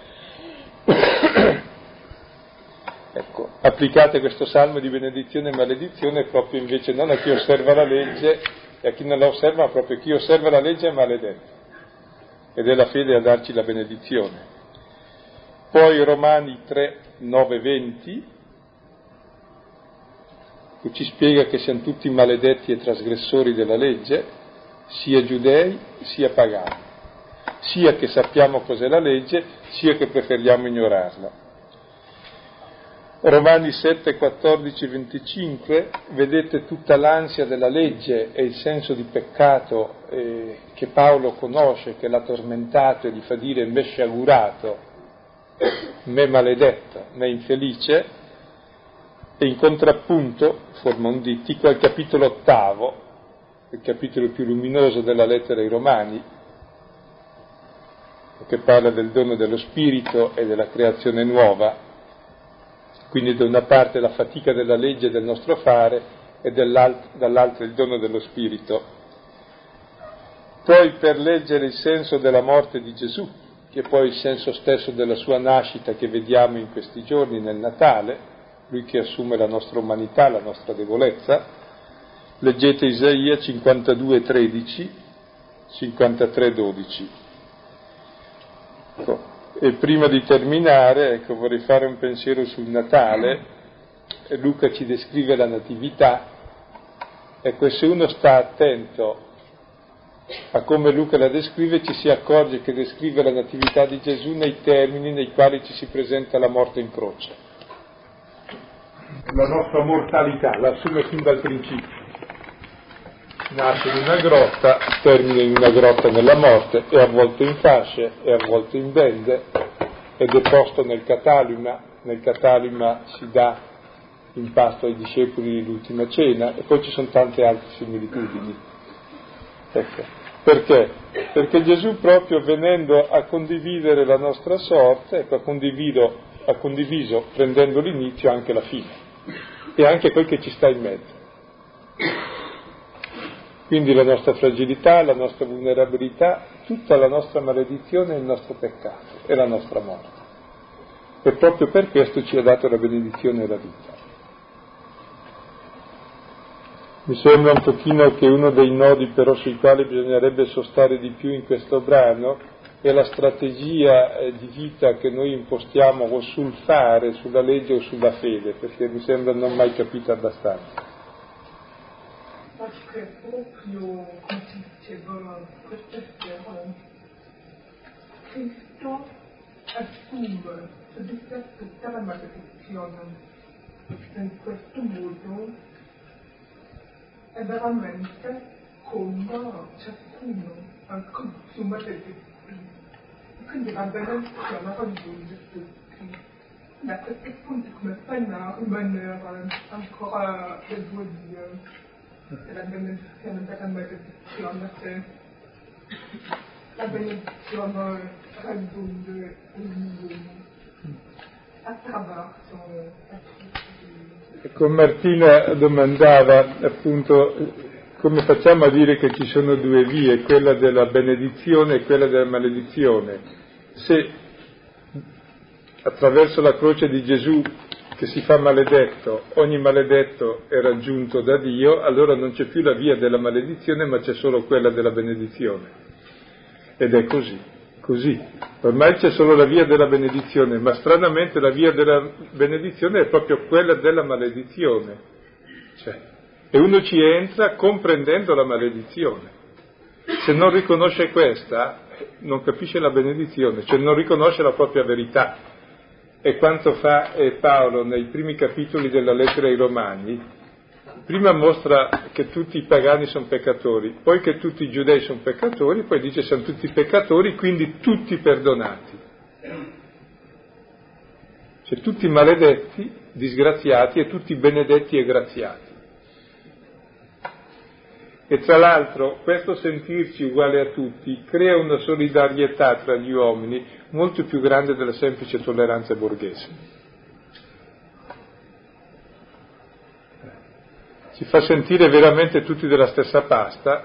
Ecco, applicate questo salmo di benedizione e maledizione proprio invece non a chi osserva la legge e a chi non la osserva, ma proprio chi osserva la legge è maledetto, ed è la fede a darci la benedizione. Poi Romani tre, nove, venti, che ci spiega che siamo tutti maledetti e trasgressori della legge, sia giudei sia pagani, sia che sappiamo cos'è la legge, sia che preferiamo ignorarla. Romani sette, quattordici, venticinque, vedete tutta l'ansia della legge e il senso di peccato eh, che Paolo conosce, che l'ha tormentato e gli fa dire me sciagurato, me maledetto, me infelice, e in contrappunto forma un dittico al capitolo ottavo, il capitolo più luminoso della lettera ai Romani, che parla del dono dello Spirito e della creazione nuova. Quindi da una parte la fatica della legge del nostro fare e dall'altra il dono dello Spirito. Poi per leggere il senso della morte di Gesù, che è poi il senso stesso della sua nascita che vediamo in questi giorni nel Natale, lui che assume la nostra umanità, la nostra debolezza, leggete Isaia cinquantadue, tredici, cinquantatré dodici. Ecco. E prima di terminare, ecco, vorrei fare un pensiero sul Natale. Luca ci descrive la Natività. Ecco, e se uno sta attento a come Luca la descrive, ci si accorge che descrive la Natività di Gesù nei termini nei quali ci si presenta la morte in croce. La nostra mortalità la assume fin dal principio. Nasce in una grotta, termina in una grotta nella morte, è avvolto in fasce, è avvolto in bende, è deposto nel catalima, nel catalima si dà in pasto ai discepoli l'ultima cena, e poi ci sono tante altre similitudini. Ecco. Perché? Perché Gesù, proprio venendo a condividere la nostra sorte, ecco, ha, condiviso, ha condiviso, prendendo l'inizio, anche la fine, e anche quel che ci sta in mezzo. Quindi la nostra fragilità, la nostra vulnerabilità, tutta la nostra maledizione e il nostro peccato e la nostra morte. E proprio per questo ci ha dato la benedizione e la vita. Mi sembra un pochino che uno dei nodi però sui quali bisognerebbe sostare di più in questo brano è la strategia di vita che noi impostiamo o sul fare, sulla legge o sulla fede, perché mi sembra non mai capita abbastanza. Perché proprio, come si diceva questa sera, Cristo assume su di sé tutta la maledizione. In questo modo è veramente come ciascuno al consumo degli spiriti. Quindi la benedizione raggiunge tutti. Da questo punto come fanno a rimanere ancora le due Dio? La benedizione della maledizione, se la benedizione raggiunge ognuno attraverso Ecco, Martina domandava appunto come facciamo a dire che ci sono due vie, quella della benedizione e quella della maledizione. Se attraverso la croce di Gesù che si fa maledetto, ogni maledetto è raggiunto da Dio, allora non c'è più la via della maledizione, ma c'è solo quella della benedizione. Ed è così, così. Ormai c'è solo la via della benedizione, ma stranamente la via della benedizione è proprio quella della maledizione. Cioè, e uno ci entra comprendendo la maledizione. Se non riconosce questa, non capisce la benedizione, cioè non riconosce la propria verità. E quanto fa eh, Paolo nei primi capitoli della lettera ai Romani, prima mostra che tutti i pagani sono peccatori, poi che tutti i giudei sono peccatori, poi dice sono tutti peccatori, quindi tutti perdonati. Cioè tutti maledetti, disgraziati e tutti benedetti e graziati. E tra l'altro questo sentirci uguale a tutti crea una solidarietà tra gli uomini molto più grande della semplice tolleranza borghese. Ci fa sentire veramente tutti della stessa pasta.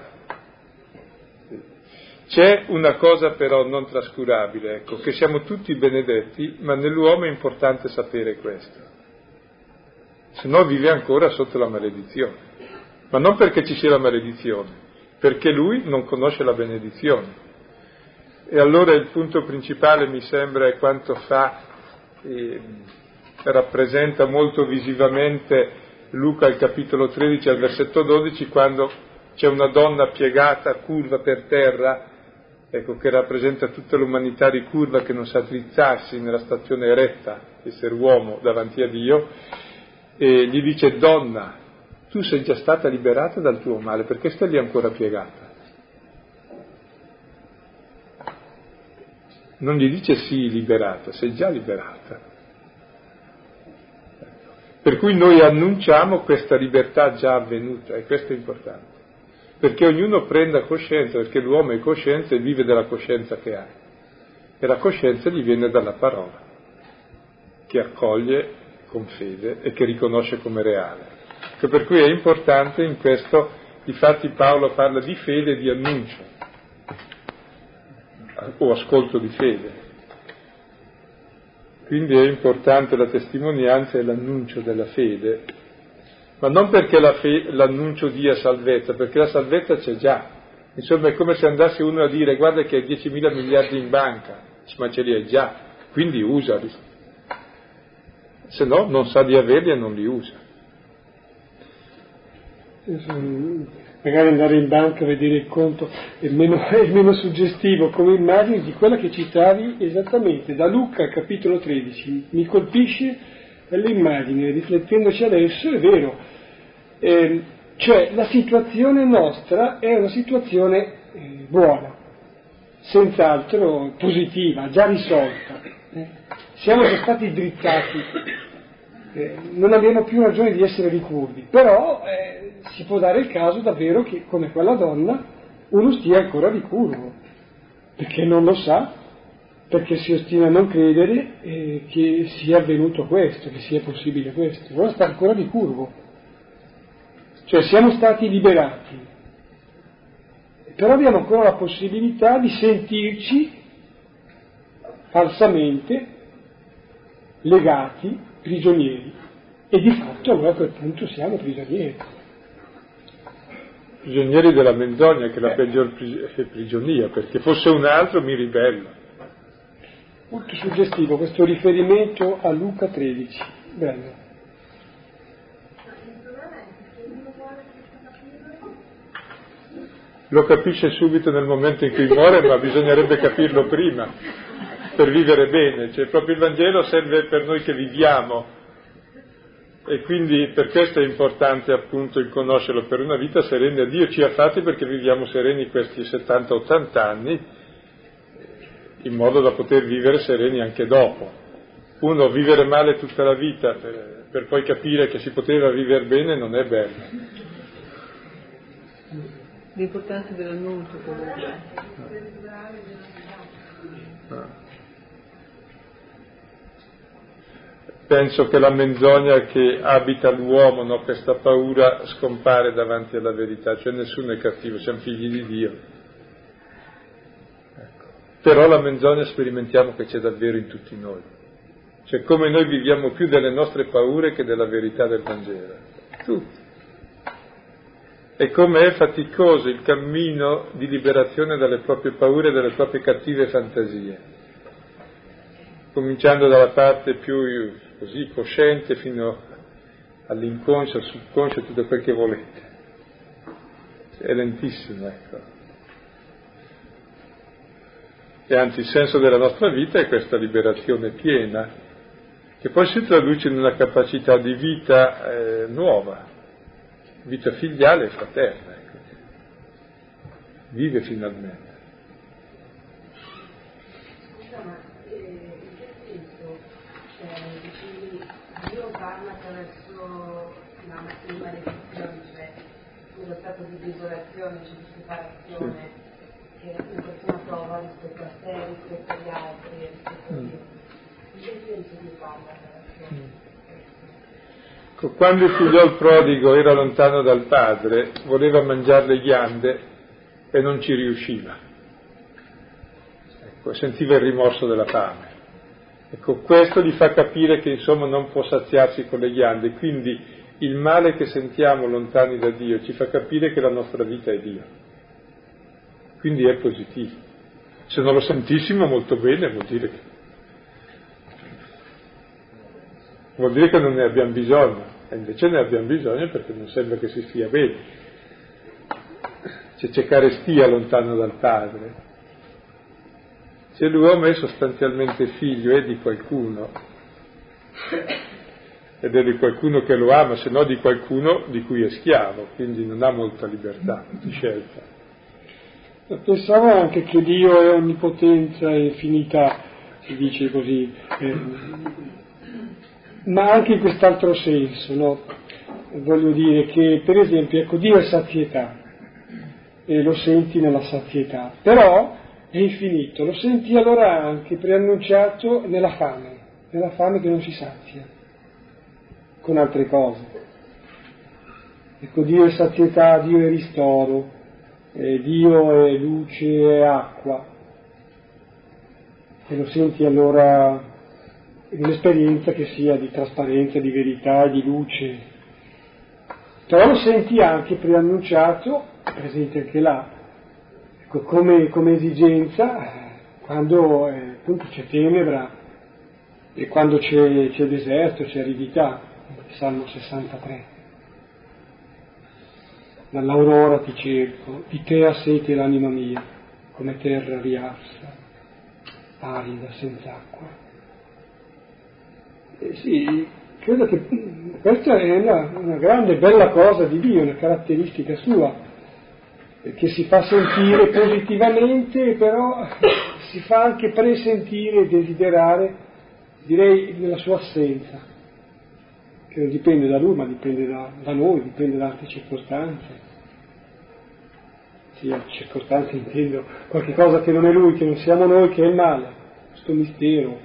C'è una cosa però non trascurabile, ecco, che siamo tutti benedetti, ma nell'uomo è importante sapere questo. Se no vive ancora sotto la maledizione. Ma non perché ci sia la maledizione, perché lui non conosce la benedizione. E allora il punto principale mi sembra è quanto fa, eh, rappresenta molto visivamente Luca al capitolo tredici al versetto dodici, quando c'è una donna piegata, curva per terra, ecco, che rappresenta tutta l'umanità ricurva che non sa drizzarsi nella stazione eretta, essere uomo davanti a Dio, e gli dice: donna, tu sei già stata liberata dal tuo male, perché stai lì ancora piegata? Non gli dice sì, liberata, sei già liberata. Per cui noi annunciamo questa libertà già avvenuta, e questo è importante, perché ognuno prenda coscienza, perché l'uomo è coscienza e vive della coscienza che ha, e la coscienza gli viene dalla parola, che accoglie con fede e che riconosce come reale. Per cui è importante in questo, difatti Paolo parla di fede e di annuncio, o ascolto di fede. Quindi è importante la testimonianza e l'annuncio della fede, ma non perché la fe- l'annuncio dia salvezza, perché la salvezza c'è già, Insomma, è come se andasse uno a dire: guarda che hai diecimila miliardi in banca, ma ce li hai già, quindi usali. Se no non sa di averli e non li usa. Magari andare in banca a vedere il conto è meno, è meno suggestivo come immagine di quella che citavi esattamente da Luca capitolo tredici. Mi colpisce l'immagine, riflettendoci adesso, è vero, eh, cioè la situazione nostra è una situazione eh, buona, senz'altro positiva, già risolta, eh. Siamo già stati drizzati, eh, non abbiamo più ragione di essere ricurvi, però eh, si può dare il caso davvero che, come quella donna, uno stia ancora ricurvo, perché non lo sa, perché si ostina a non credere eh, che sia avvenuto questo, che sia possibile questo, allora sta ancora ricurvo. Cioè siamo stati liberati, però abbiamo ancora la possibilità di sentirci falsamente legati, prigionieri, e di fatto allora a quel punto siamo prigionieri. Prigionieri della menzogna, che è la eh. peggior prigionia, perché fosse un altro mi ribello. Molto suggestivo questo riferimento a Luca tredici, bello. Lo capisce subito nel momento in cui muore, ma bisognerebbe capirlo prima per vivere bene. Cioè, proprio il Vangelo serve per noi che viviamo, e quindi per questo è importante appunto il conoscerlo per una vita serena. Dio ci ha fatti perché viviamo sereni questi settanta ottanta anni, in modo da poter vivere sereni anche dopo. Uno vivere male tutta la vita per, per poi capire che si poteva vivere bene non è bello. L'importanza dell'annuncio comunque. Penso che la menzogna che abita l'uomo, no, questa paura, scompare davanti alla verità, cioè nessuno è cattivo, siamo figli di Dio. Ecco. Però la menzogna sperimentiamo che c'è davvero in tutti noi, cioè come noi viviamo più delle nostre paure che della verità del Vangelo, tutti. E come è faticoso il cammino di liberazione dalle proprie paure e dalle proprie cattive fantasie, cominciando dalla parte più così cosciente fino all'inconscio, al subconscio, tutto quel che volete. È lentissimo, ecco. E anzi il senso della nostra vita è questa liberazione piena, che poi si traduce in una capacità di vita eh, nuova, vita filiale e fraterna, ecco. Vive finalmente. Scusa, ma eh, in che senso eh, dicevi, Dio parla attraverso la maledizione, cioè quello stato di desolazione, cioè di separazione, sì, che una persona prova rispetto a sé, rispetto agli altri, rispetto a Dio. In che senso Dio parla attraverso? Mm. Quando il figliol prodigo era lontano dal padre, voleva mangiare le ghiande e non ci riusciva. Ecco, sentiva il rimorso della fame. Ecco, questo gli fa capire che insomma non può saziarsi con le ghiande, quindi il male che sentiamo lontani da Dio ci fa capire che la nostra vita è Dio. Quindi è positivo. Se non lo sentissimo molto bene vuol dire che vuol dire che non ne abbiamo bisogno, e invece ne abbiamo bisogno perché non sembra che si stia bene. C'è, c'è carestia lontano dal padre. Se l'uomo è sostanzialmente figlio è di qualcuno, ed è di qualcuno che lo ama, se no di qualcuno di cui è schiavo, quindi non ha molta libertà di scelta. Pensavo anche che Dio è onnipotenza e infinità, si dice così, eh, ma anche in quest'altro senso, no? Voglio dire che, per esempio, ecco, Dio è sazietà, e lo senti nella sazietà, però è infinito, lo senti allora anche preannunciato nella fame, nella fame che non si sazia, con altre cose. Ecco, Dio è sazietà, Dio è ristoro, eh, Dio è luce e acqua, e lo senti allora in un'esperienza che sia di trasparenza, di verità, di luce, però lo senti anche preannunciato, presente anche là, come, come esigenza, quando eh, appunto c'è tenebra e quando c'è, c'è deserto, c'è aridità, Salmo sessantatré. Dall'aurora ti cerco, di te ha sete l'anima mia, come terra riarsa, arida, senza acqua. Eh sì, credo che questa è una, una grande bella cosa di Dio, una caratteristica sua, che si fa sentire positivamente, però si fa anche presentire e desiderare, direi, nella sua assenza, che non dipende da lui, ma dipende da, da noi, dipende da altre circostanze. Sì, circostanze intendo qualche cosa che non è lui, che non siamo noi, che è il male, questo mistero.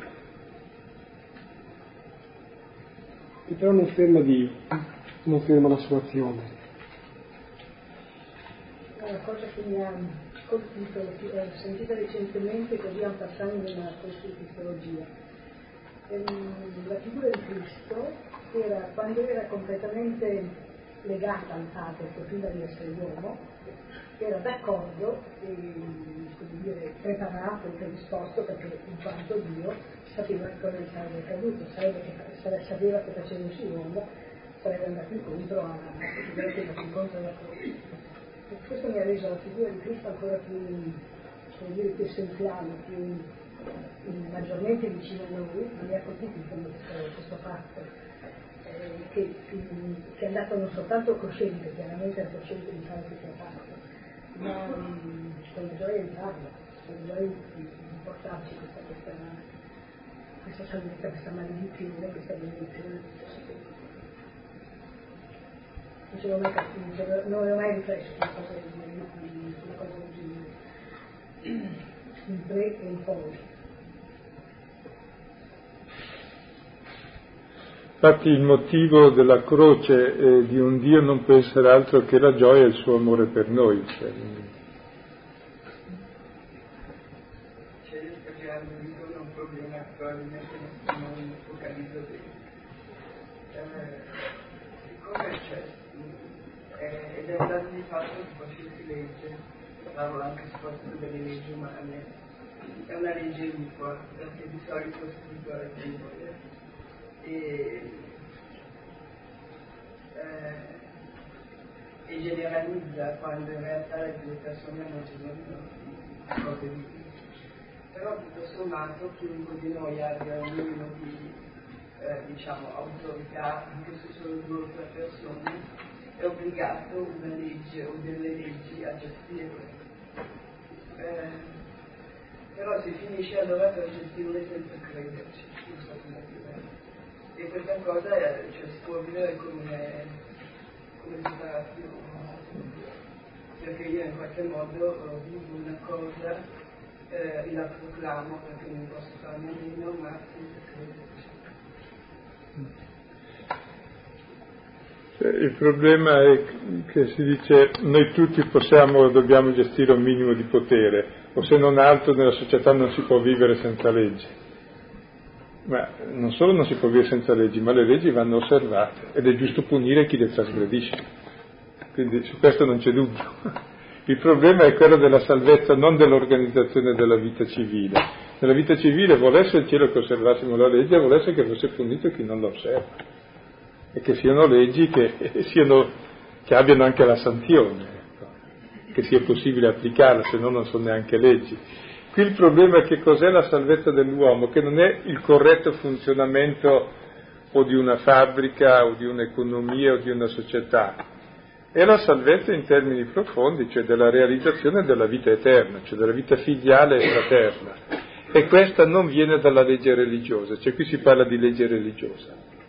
Che però non ferma Dio, non ferma la sua azione. Una cosa che mi ha colpito, l'ho sentita recentemente così a un passaggio nella corso di cristologia. La figura di Cristo era, quando era completamente legata al Padre, prima di essere uomo, era d'accordo e, come dire, preparato e predisposto, perché in quanto Dio sapeva che cosa gli sarebbe accaduto, sapeva che facendosi uomo sarebbe andato incontro a quello che è andato incontro alla croce. Questo mi ha reso la figura di Cristo ancora più, come dire, più essenziale, più maggiormente vicino a noi, ma mi ha colpito questo, questo fatto, eh, che, che è andato non soltanto cosciente, chiaramente è cosciente di fare che sia fatto, ma um, con la gioia di farlo, con la gioia di, di portarci questa, questa, questa salvezza, questa maledizione, questa benedizione. Non non avevo mai riflesso su una cosa del genere, un pre e un poi. Infatti il motivo della croce eh, di un Dio non può essere altro che la gioia e il suo amore per noi. Cioè, C'è perché hanno avuto un problema probabilmente non focalizzo bene. Siccome c'è, eh, ed è un dato di fatto che qualsiasi legge, parlo anche soprattutto delle leggi umane, è una legge iniqua, perché di solito si è iniqua. E, eh, e generalizza quando in realtà le persone non ci sono cose di però tutto sommato chiunque di noi abbia un minimo di eh, diciamo autorità, anche se sono due o tre persone, è obbligato una legge o delle leggi a gestirle. Eh, però si finisce allora per gestirle senza crederci, non so come dire. E questa cosa è, cioè, si può vivere come, come separazione, perché io in qualche modo vivo una cosa eh, e la proclamo perché non posso farne a meno, ma senza il problema è che si dice noi tutti possiamo, dobbiamo gestire un minimo di potere, o se non altro nella società non si può vivere senza leggi. Ma non solo non si può vivere senza leggi, ma le leggi vanno osservate ed è giusto punire chi le trasgredisce. Quindi su questo non c'è dubbio. Il problema è quello della salvezza, non dell'organizzazione della vita civile. Nella vita civile volesse il cielo che osservassimo la legge, volesse che fosse punito chi non la osserva. E che siano leggi che, siano, che abbiano anche la sanzione, ecco, che sia possibile applicarla, se no non sono neanche leggi. Qui il problema è che cos'è la salvezza dell'uomo, che non è il corretto funzionamento o di una fabbrica o di un'economia o di una società, è la salvezza in termini profondi, cioè della realizzazione della vita eterna, cioè della vita filiale e fraterna. E questa non viene dalla legge religiosa, cioè qui si parla di legge religiosa.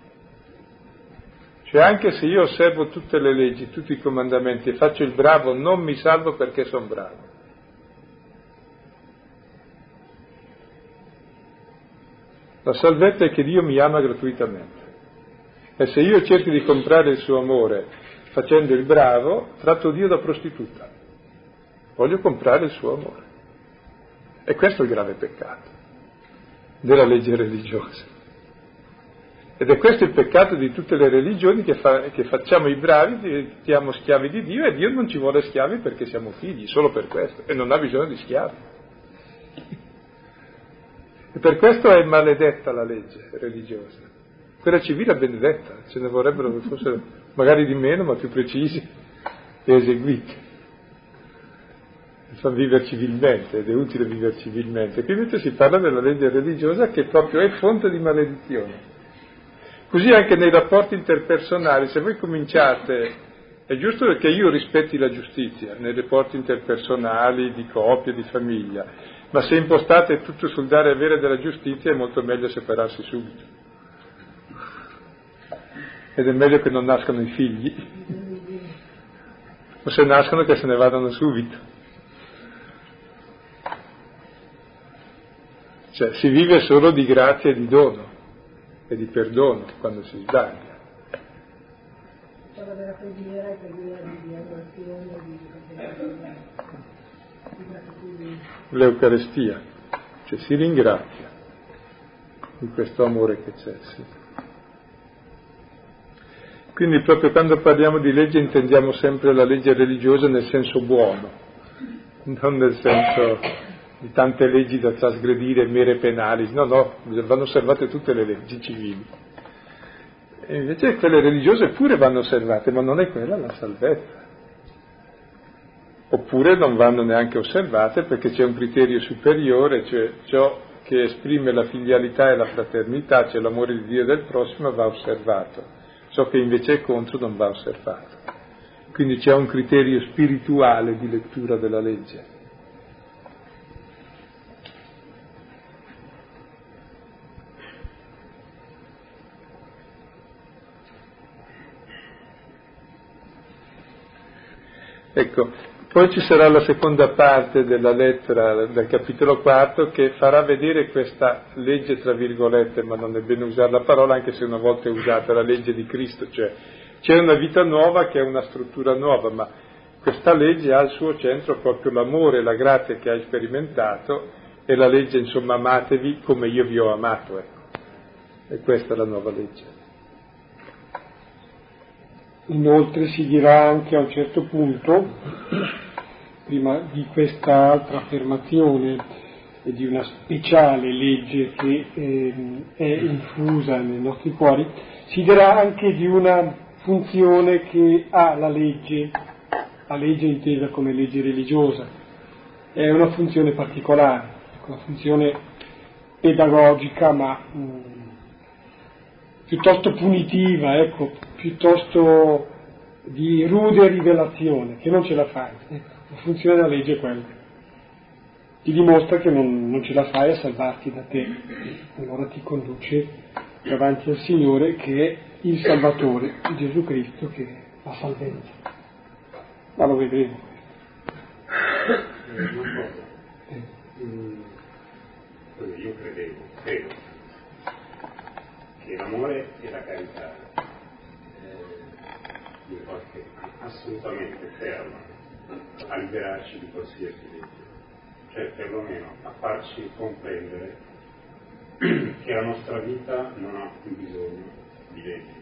Cioè anche se io osservo tutte le leggi, tutti i comandamenti e faccio il bravo, non mi salvo perché sono bravo. La salvezza è che Dio mi ama gratuitamente. E se io cerco di comprare il suo amore facendo il bravo, tratto Dio da prostituta. Voglio comprare il suo amore. E questo è il grave peccato della legge religiosa. Ed è questo il peccato di tutte le religioni, che, fa, che facciamo i bravi, diventiamo schiavi di Dio, e Dio non ci vuole schiavi perché siamo figli, solo per questo, e non ha bisogno di schiavi. E per questo è maledetta la legge religiosa. Quella civile è benedetta, ce ne vorrebbero che fossero magari di meno, ma più precisi e eseguiti. Fa vivere civilmente, ed è utile vivere civilmente. Qui invece si parla della legge religiosa, che proprio è fonte di maledizione. Così anche nei rapporti interpersonali, se voi cominciate, è giusto che io rispetti la giustizia nei rapporti interpersonali, di coppia, di famiglia, ma se impostate tutto sul dare e avere della giustizia è molto meglio separarsi subito. Ed è meglio che non nascano i figli, o se nascono che se ne vadano subito. Cioè si vive solo di grazia e di dono e di perdono quando si sbaglia. Parla della preghiera e preghiera di adorazione, di gratitudine. L'Eucarestia, cioè si ringrazia di questo amore che c'è, sì. Quindi proprio quando parliamo di legge intendiamo sempre la legge religiosa nel senso buono, non nel senso di tante leggi da trasgredire, mere penali, no, no, vanno osservate tutte le leggi civili. E invece quelle religiose pure vanno osservate, ma non è quella la salvezza. Oppure non vanno neanche osservate perché c'è un criterio superiore, cioè ciò che esprime la filialità e la fraternità, cioè l'amore di Dio e del prossimo, va osservato. Ciò che invece è contro non va osservato. Quindi c'è un criterio spirituale di lettura della legge. Ecco, poi ci sarà la seconda parte della lettera del capitolo quarto che farà vedere questa legge tra virgolette, ma non è bene usare la parola anche se una volta è usata, la legge di Cristo, cioè c'è una vita nuova che è una struttura nuova, ma questa legge ha al suo centro proprio l'amore e la grazia che hai sperimentato, e la legge insomma amatevi come io vi ho amato, ecco. E questa è la nuova legge. Inoltre si dirà anche a un certo punto, prima di questa altra affermazione e di una speciale legge che eh, è infusa nei nostri cuori, si dirà anche di una funzione che ha la legge, la legge intesa come legge religiosa. È una funzione particolare, una funzione pedagogica, ma mh, piuttosto punitiva, ecco, piuttosto di rude rivelazione, che non ce la fai. Ecco, la funzione della legge è quella. Ti dimostra che non, non ce la fai a salvarti da te. Allora ti conduce davanti al Signore, che è il Salvatore, Gesù Cristo, che è la salvezza. Ma lo vedremo. Una cosa. Mm, io credevo, credo, che l'amore e la carità due cose che assolutamente servono a liberarci di qualsiasi legge, cioè perlomeno a farci comprendere che la nostra vita non ha più bisogno di leggi.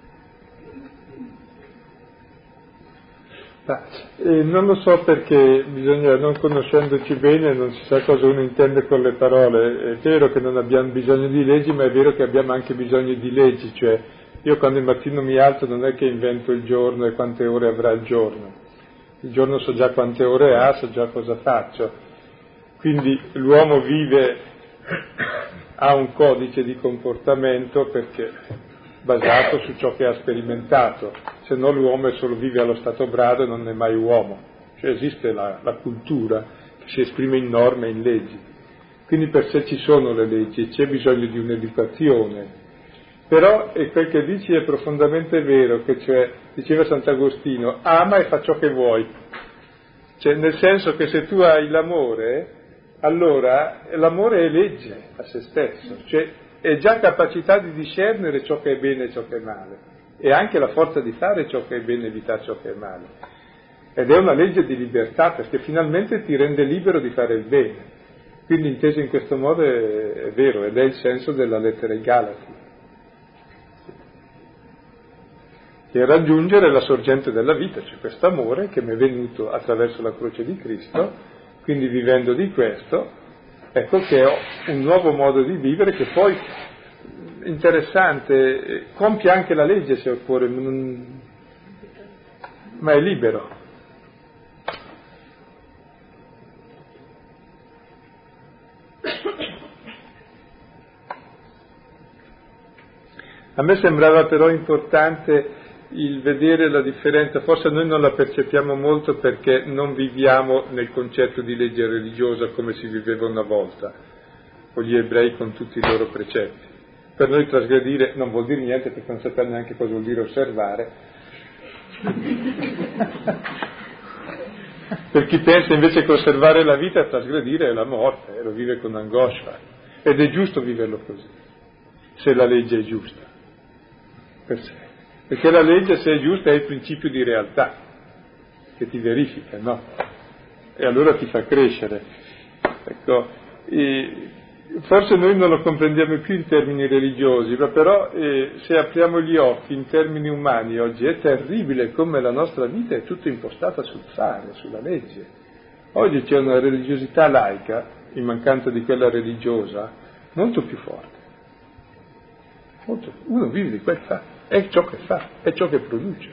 Eh, non lo so perché bisogna, non conoscendoci bene, non si sa cosa uno intende con le parole. È vero che non abbiamo bisogno di leggi, ma è vero che abbiamo anche bisogno di leggi, cioè io quando il mattino mi alzo non è che invento il giorno e quante ore avrà il giorno, il giorno so già quante ore ha, so già cosa faccio, quindi l'uomo vive, ha un codice di comportamento perché basato su ciò che ha sperimentato, se no l'uomo è solo vive allo stato brado e non è mai uomo, cioè esiste la, la cultura che si esprime in norme e in leggi, quindi per sé ci sono le leggi, c'è bisogno di un'educazione. Però e quel che dici è profondamente vero, che cioè, diceva Sant'Agostino, ama e fa ciò che vuoi, cioè nel senso che se tu hai l'amore, allora l'amore è legge a se stesso, cioè è già capacità di discernere ciò che è bene e ciò che è male, e anche la forza di fare ciò che è bene e evitare ciò che è male, ed è una legge di libertà perché finalmente ti rende libero di fare il bene, quindi inteso in questo modo è, è vero, ed è il senso della lettera ai Galati. e raggiungere la sorgente della vita, cioè questo amore che mi è venuto attraverso la croce di Cristo, quindi vivendo di questo, ecco che ho un nuovo modo di vivere che poi, interessante, compie anche la legge se occorre, ma è libero. A me sembrava però importante il vedere la differenza, forse noi non la percepiamo molto perché non viviamo nel concetto di legge religiosa come si viveva una volta, con gli ebrei con tutti i loro precetti. Per noi trasgredire non vuol dire niente perché non sappiamo neanche cosa vuol dire osservare. Per chi pensa invece che osservare la vita e trasgredire è la morte, e lo vive con angoscia. Ed è giusto viverlo così, se la legge è giusta. Per sé. Perché la legge, se è giusta, è il principio di realtà che ti verifica, no? E allora ti fa crescere. Ecco, e forse noi non lo comprendiamo più in termini religiosi, ma però eh, se apriamo gli occhi in termini umani oggi è terribile come la nostra vita è tutta impostata sul fare, sulla legge. Oggi c'è una religiosità laica, in mancanza di quella religiosa, molto più forte. Molto, uno vive di quel fa. È ciò che fa, è ciò che produce.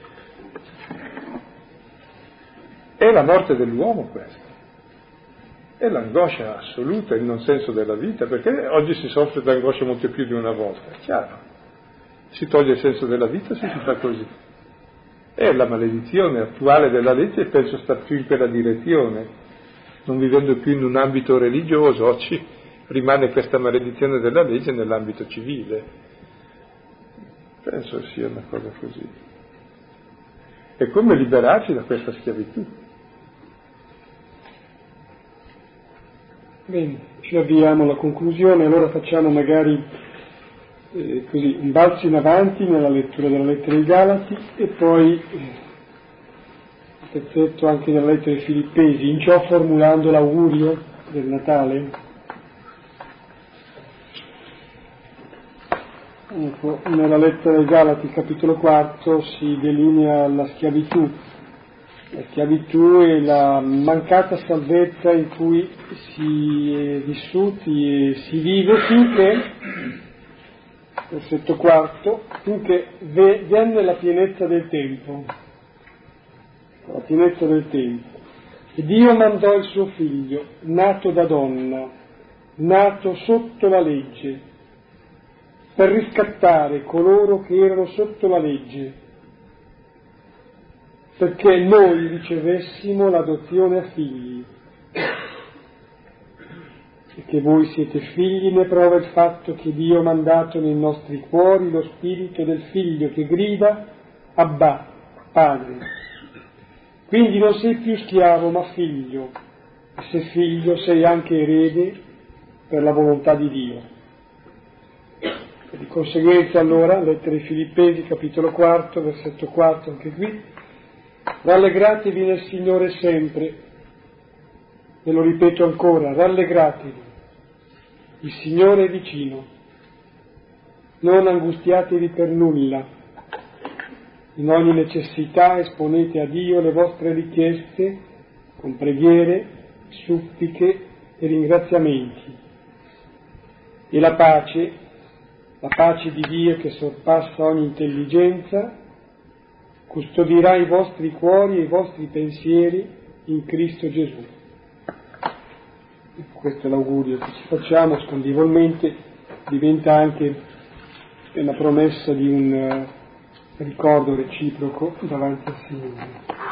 È la morte dell'uomo questo. È l'angoscia assoluta, il non senso della vita, perché oggi si soffre d'angoscia molto più di una volta, è chiaro. Si toglie il senso della vita se si fa così. È la maledizione attuale della legge e penso sta più in quella direzione. Non vivendo più in un ambito religioso, oggi rimane questa maledizione della legge nell'ambito civile. Penso sia una cosa così. E come liberarci da questa schiavitù? Bene, ci avviamo alla conclusione, allora facciamo magari eh, così un balzo in avanti nella lettura della lettera ai Galati e poi eh, un pezzetto anche della lettera ai Filippesi, in ciò formulando l'augurio del Natale. Ecco, nella lettera ai Galati, capitolo quarto, si delinea la schiavitù, la schiavitù e la mancata salvezza in cui si è vissuti e si vive finché, versetto quarto, finché venne la pienezza del tempo, la pienezza del tempo. E Dio mandò il suo figlio, nato da donna, nato sotto la legge, per riscattare coloro che erano sotto la legge, perché noi ricevessimo l'adozione a figli. E che voi siete figli ne prova il fatto che Dio ha mandato nei nostri cuori lo spirito del figlio che grida Abba, Padre. Quindi non sei più schiavo ma figlio, e se figlio sei anche erede per la volontà di Dio. Di conseguenza allora, lettera ai Filippesi, capitolo quarto, versetto quattro, anche qui, rallegratevi nel Signore sempre, ve lo ripeto ancora, rallegratevi, il Signore è vicino, non angustiatevi per nulla, in ogni necessità esponete a Dio le vostre richieste con preghiere, suppliche e ringraziamenti, e la pace, la pace di Dio che sorpassa ogni intelligenza, custodirà i vostri cuori e i vostri pensieri in Cristo Gesù. Questo è l'augurio che ci facciamo scondivolmente, diventa anche una promessa di un ricordo reciproco davanti al Signore.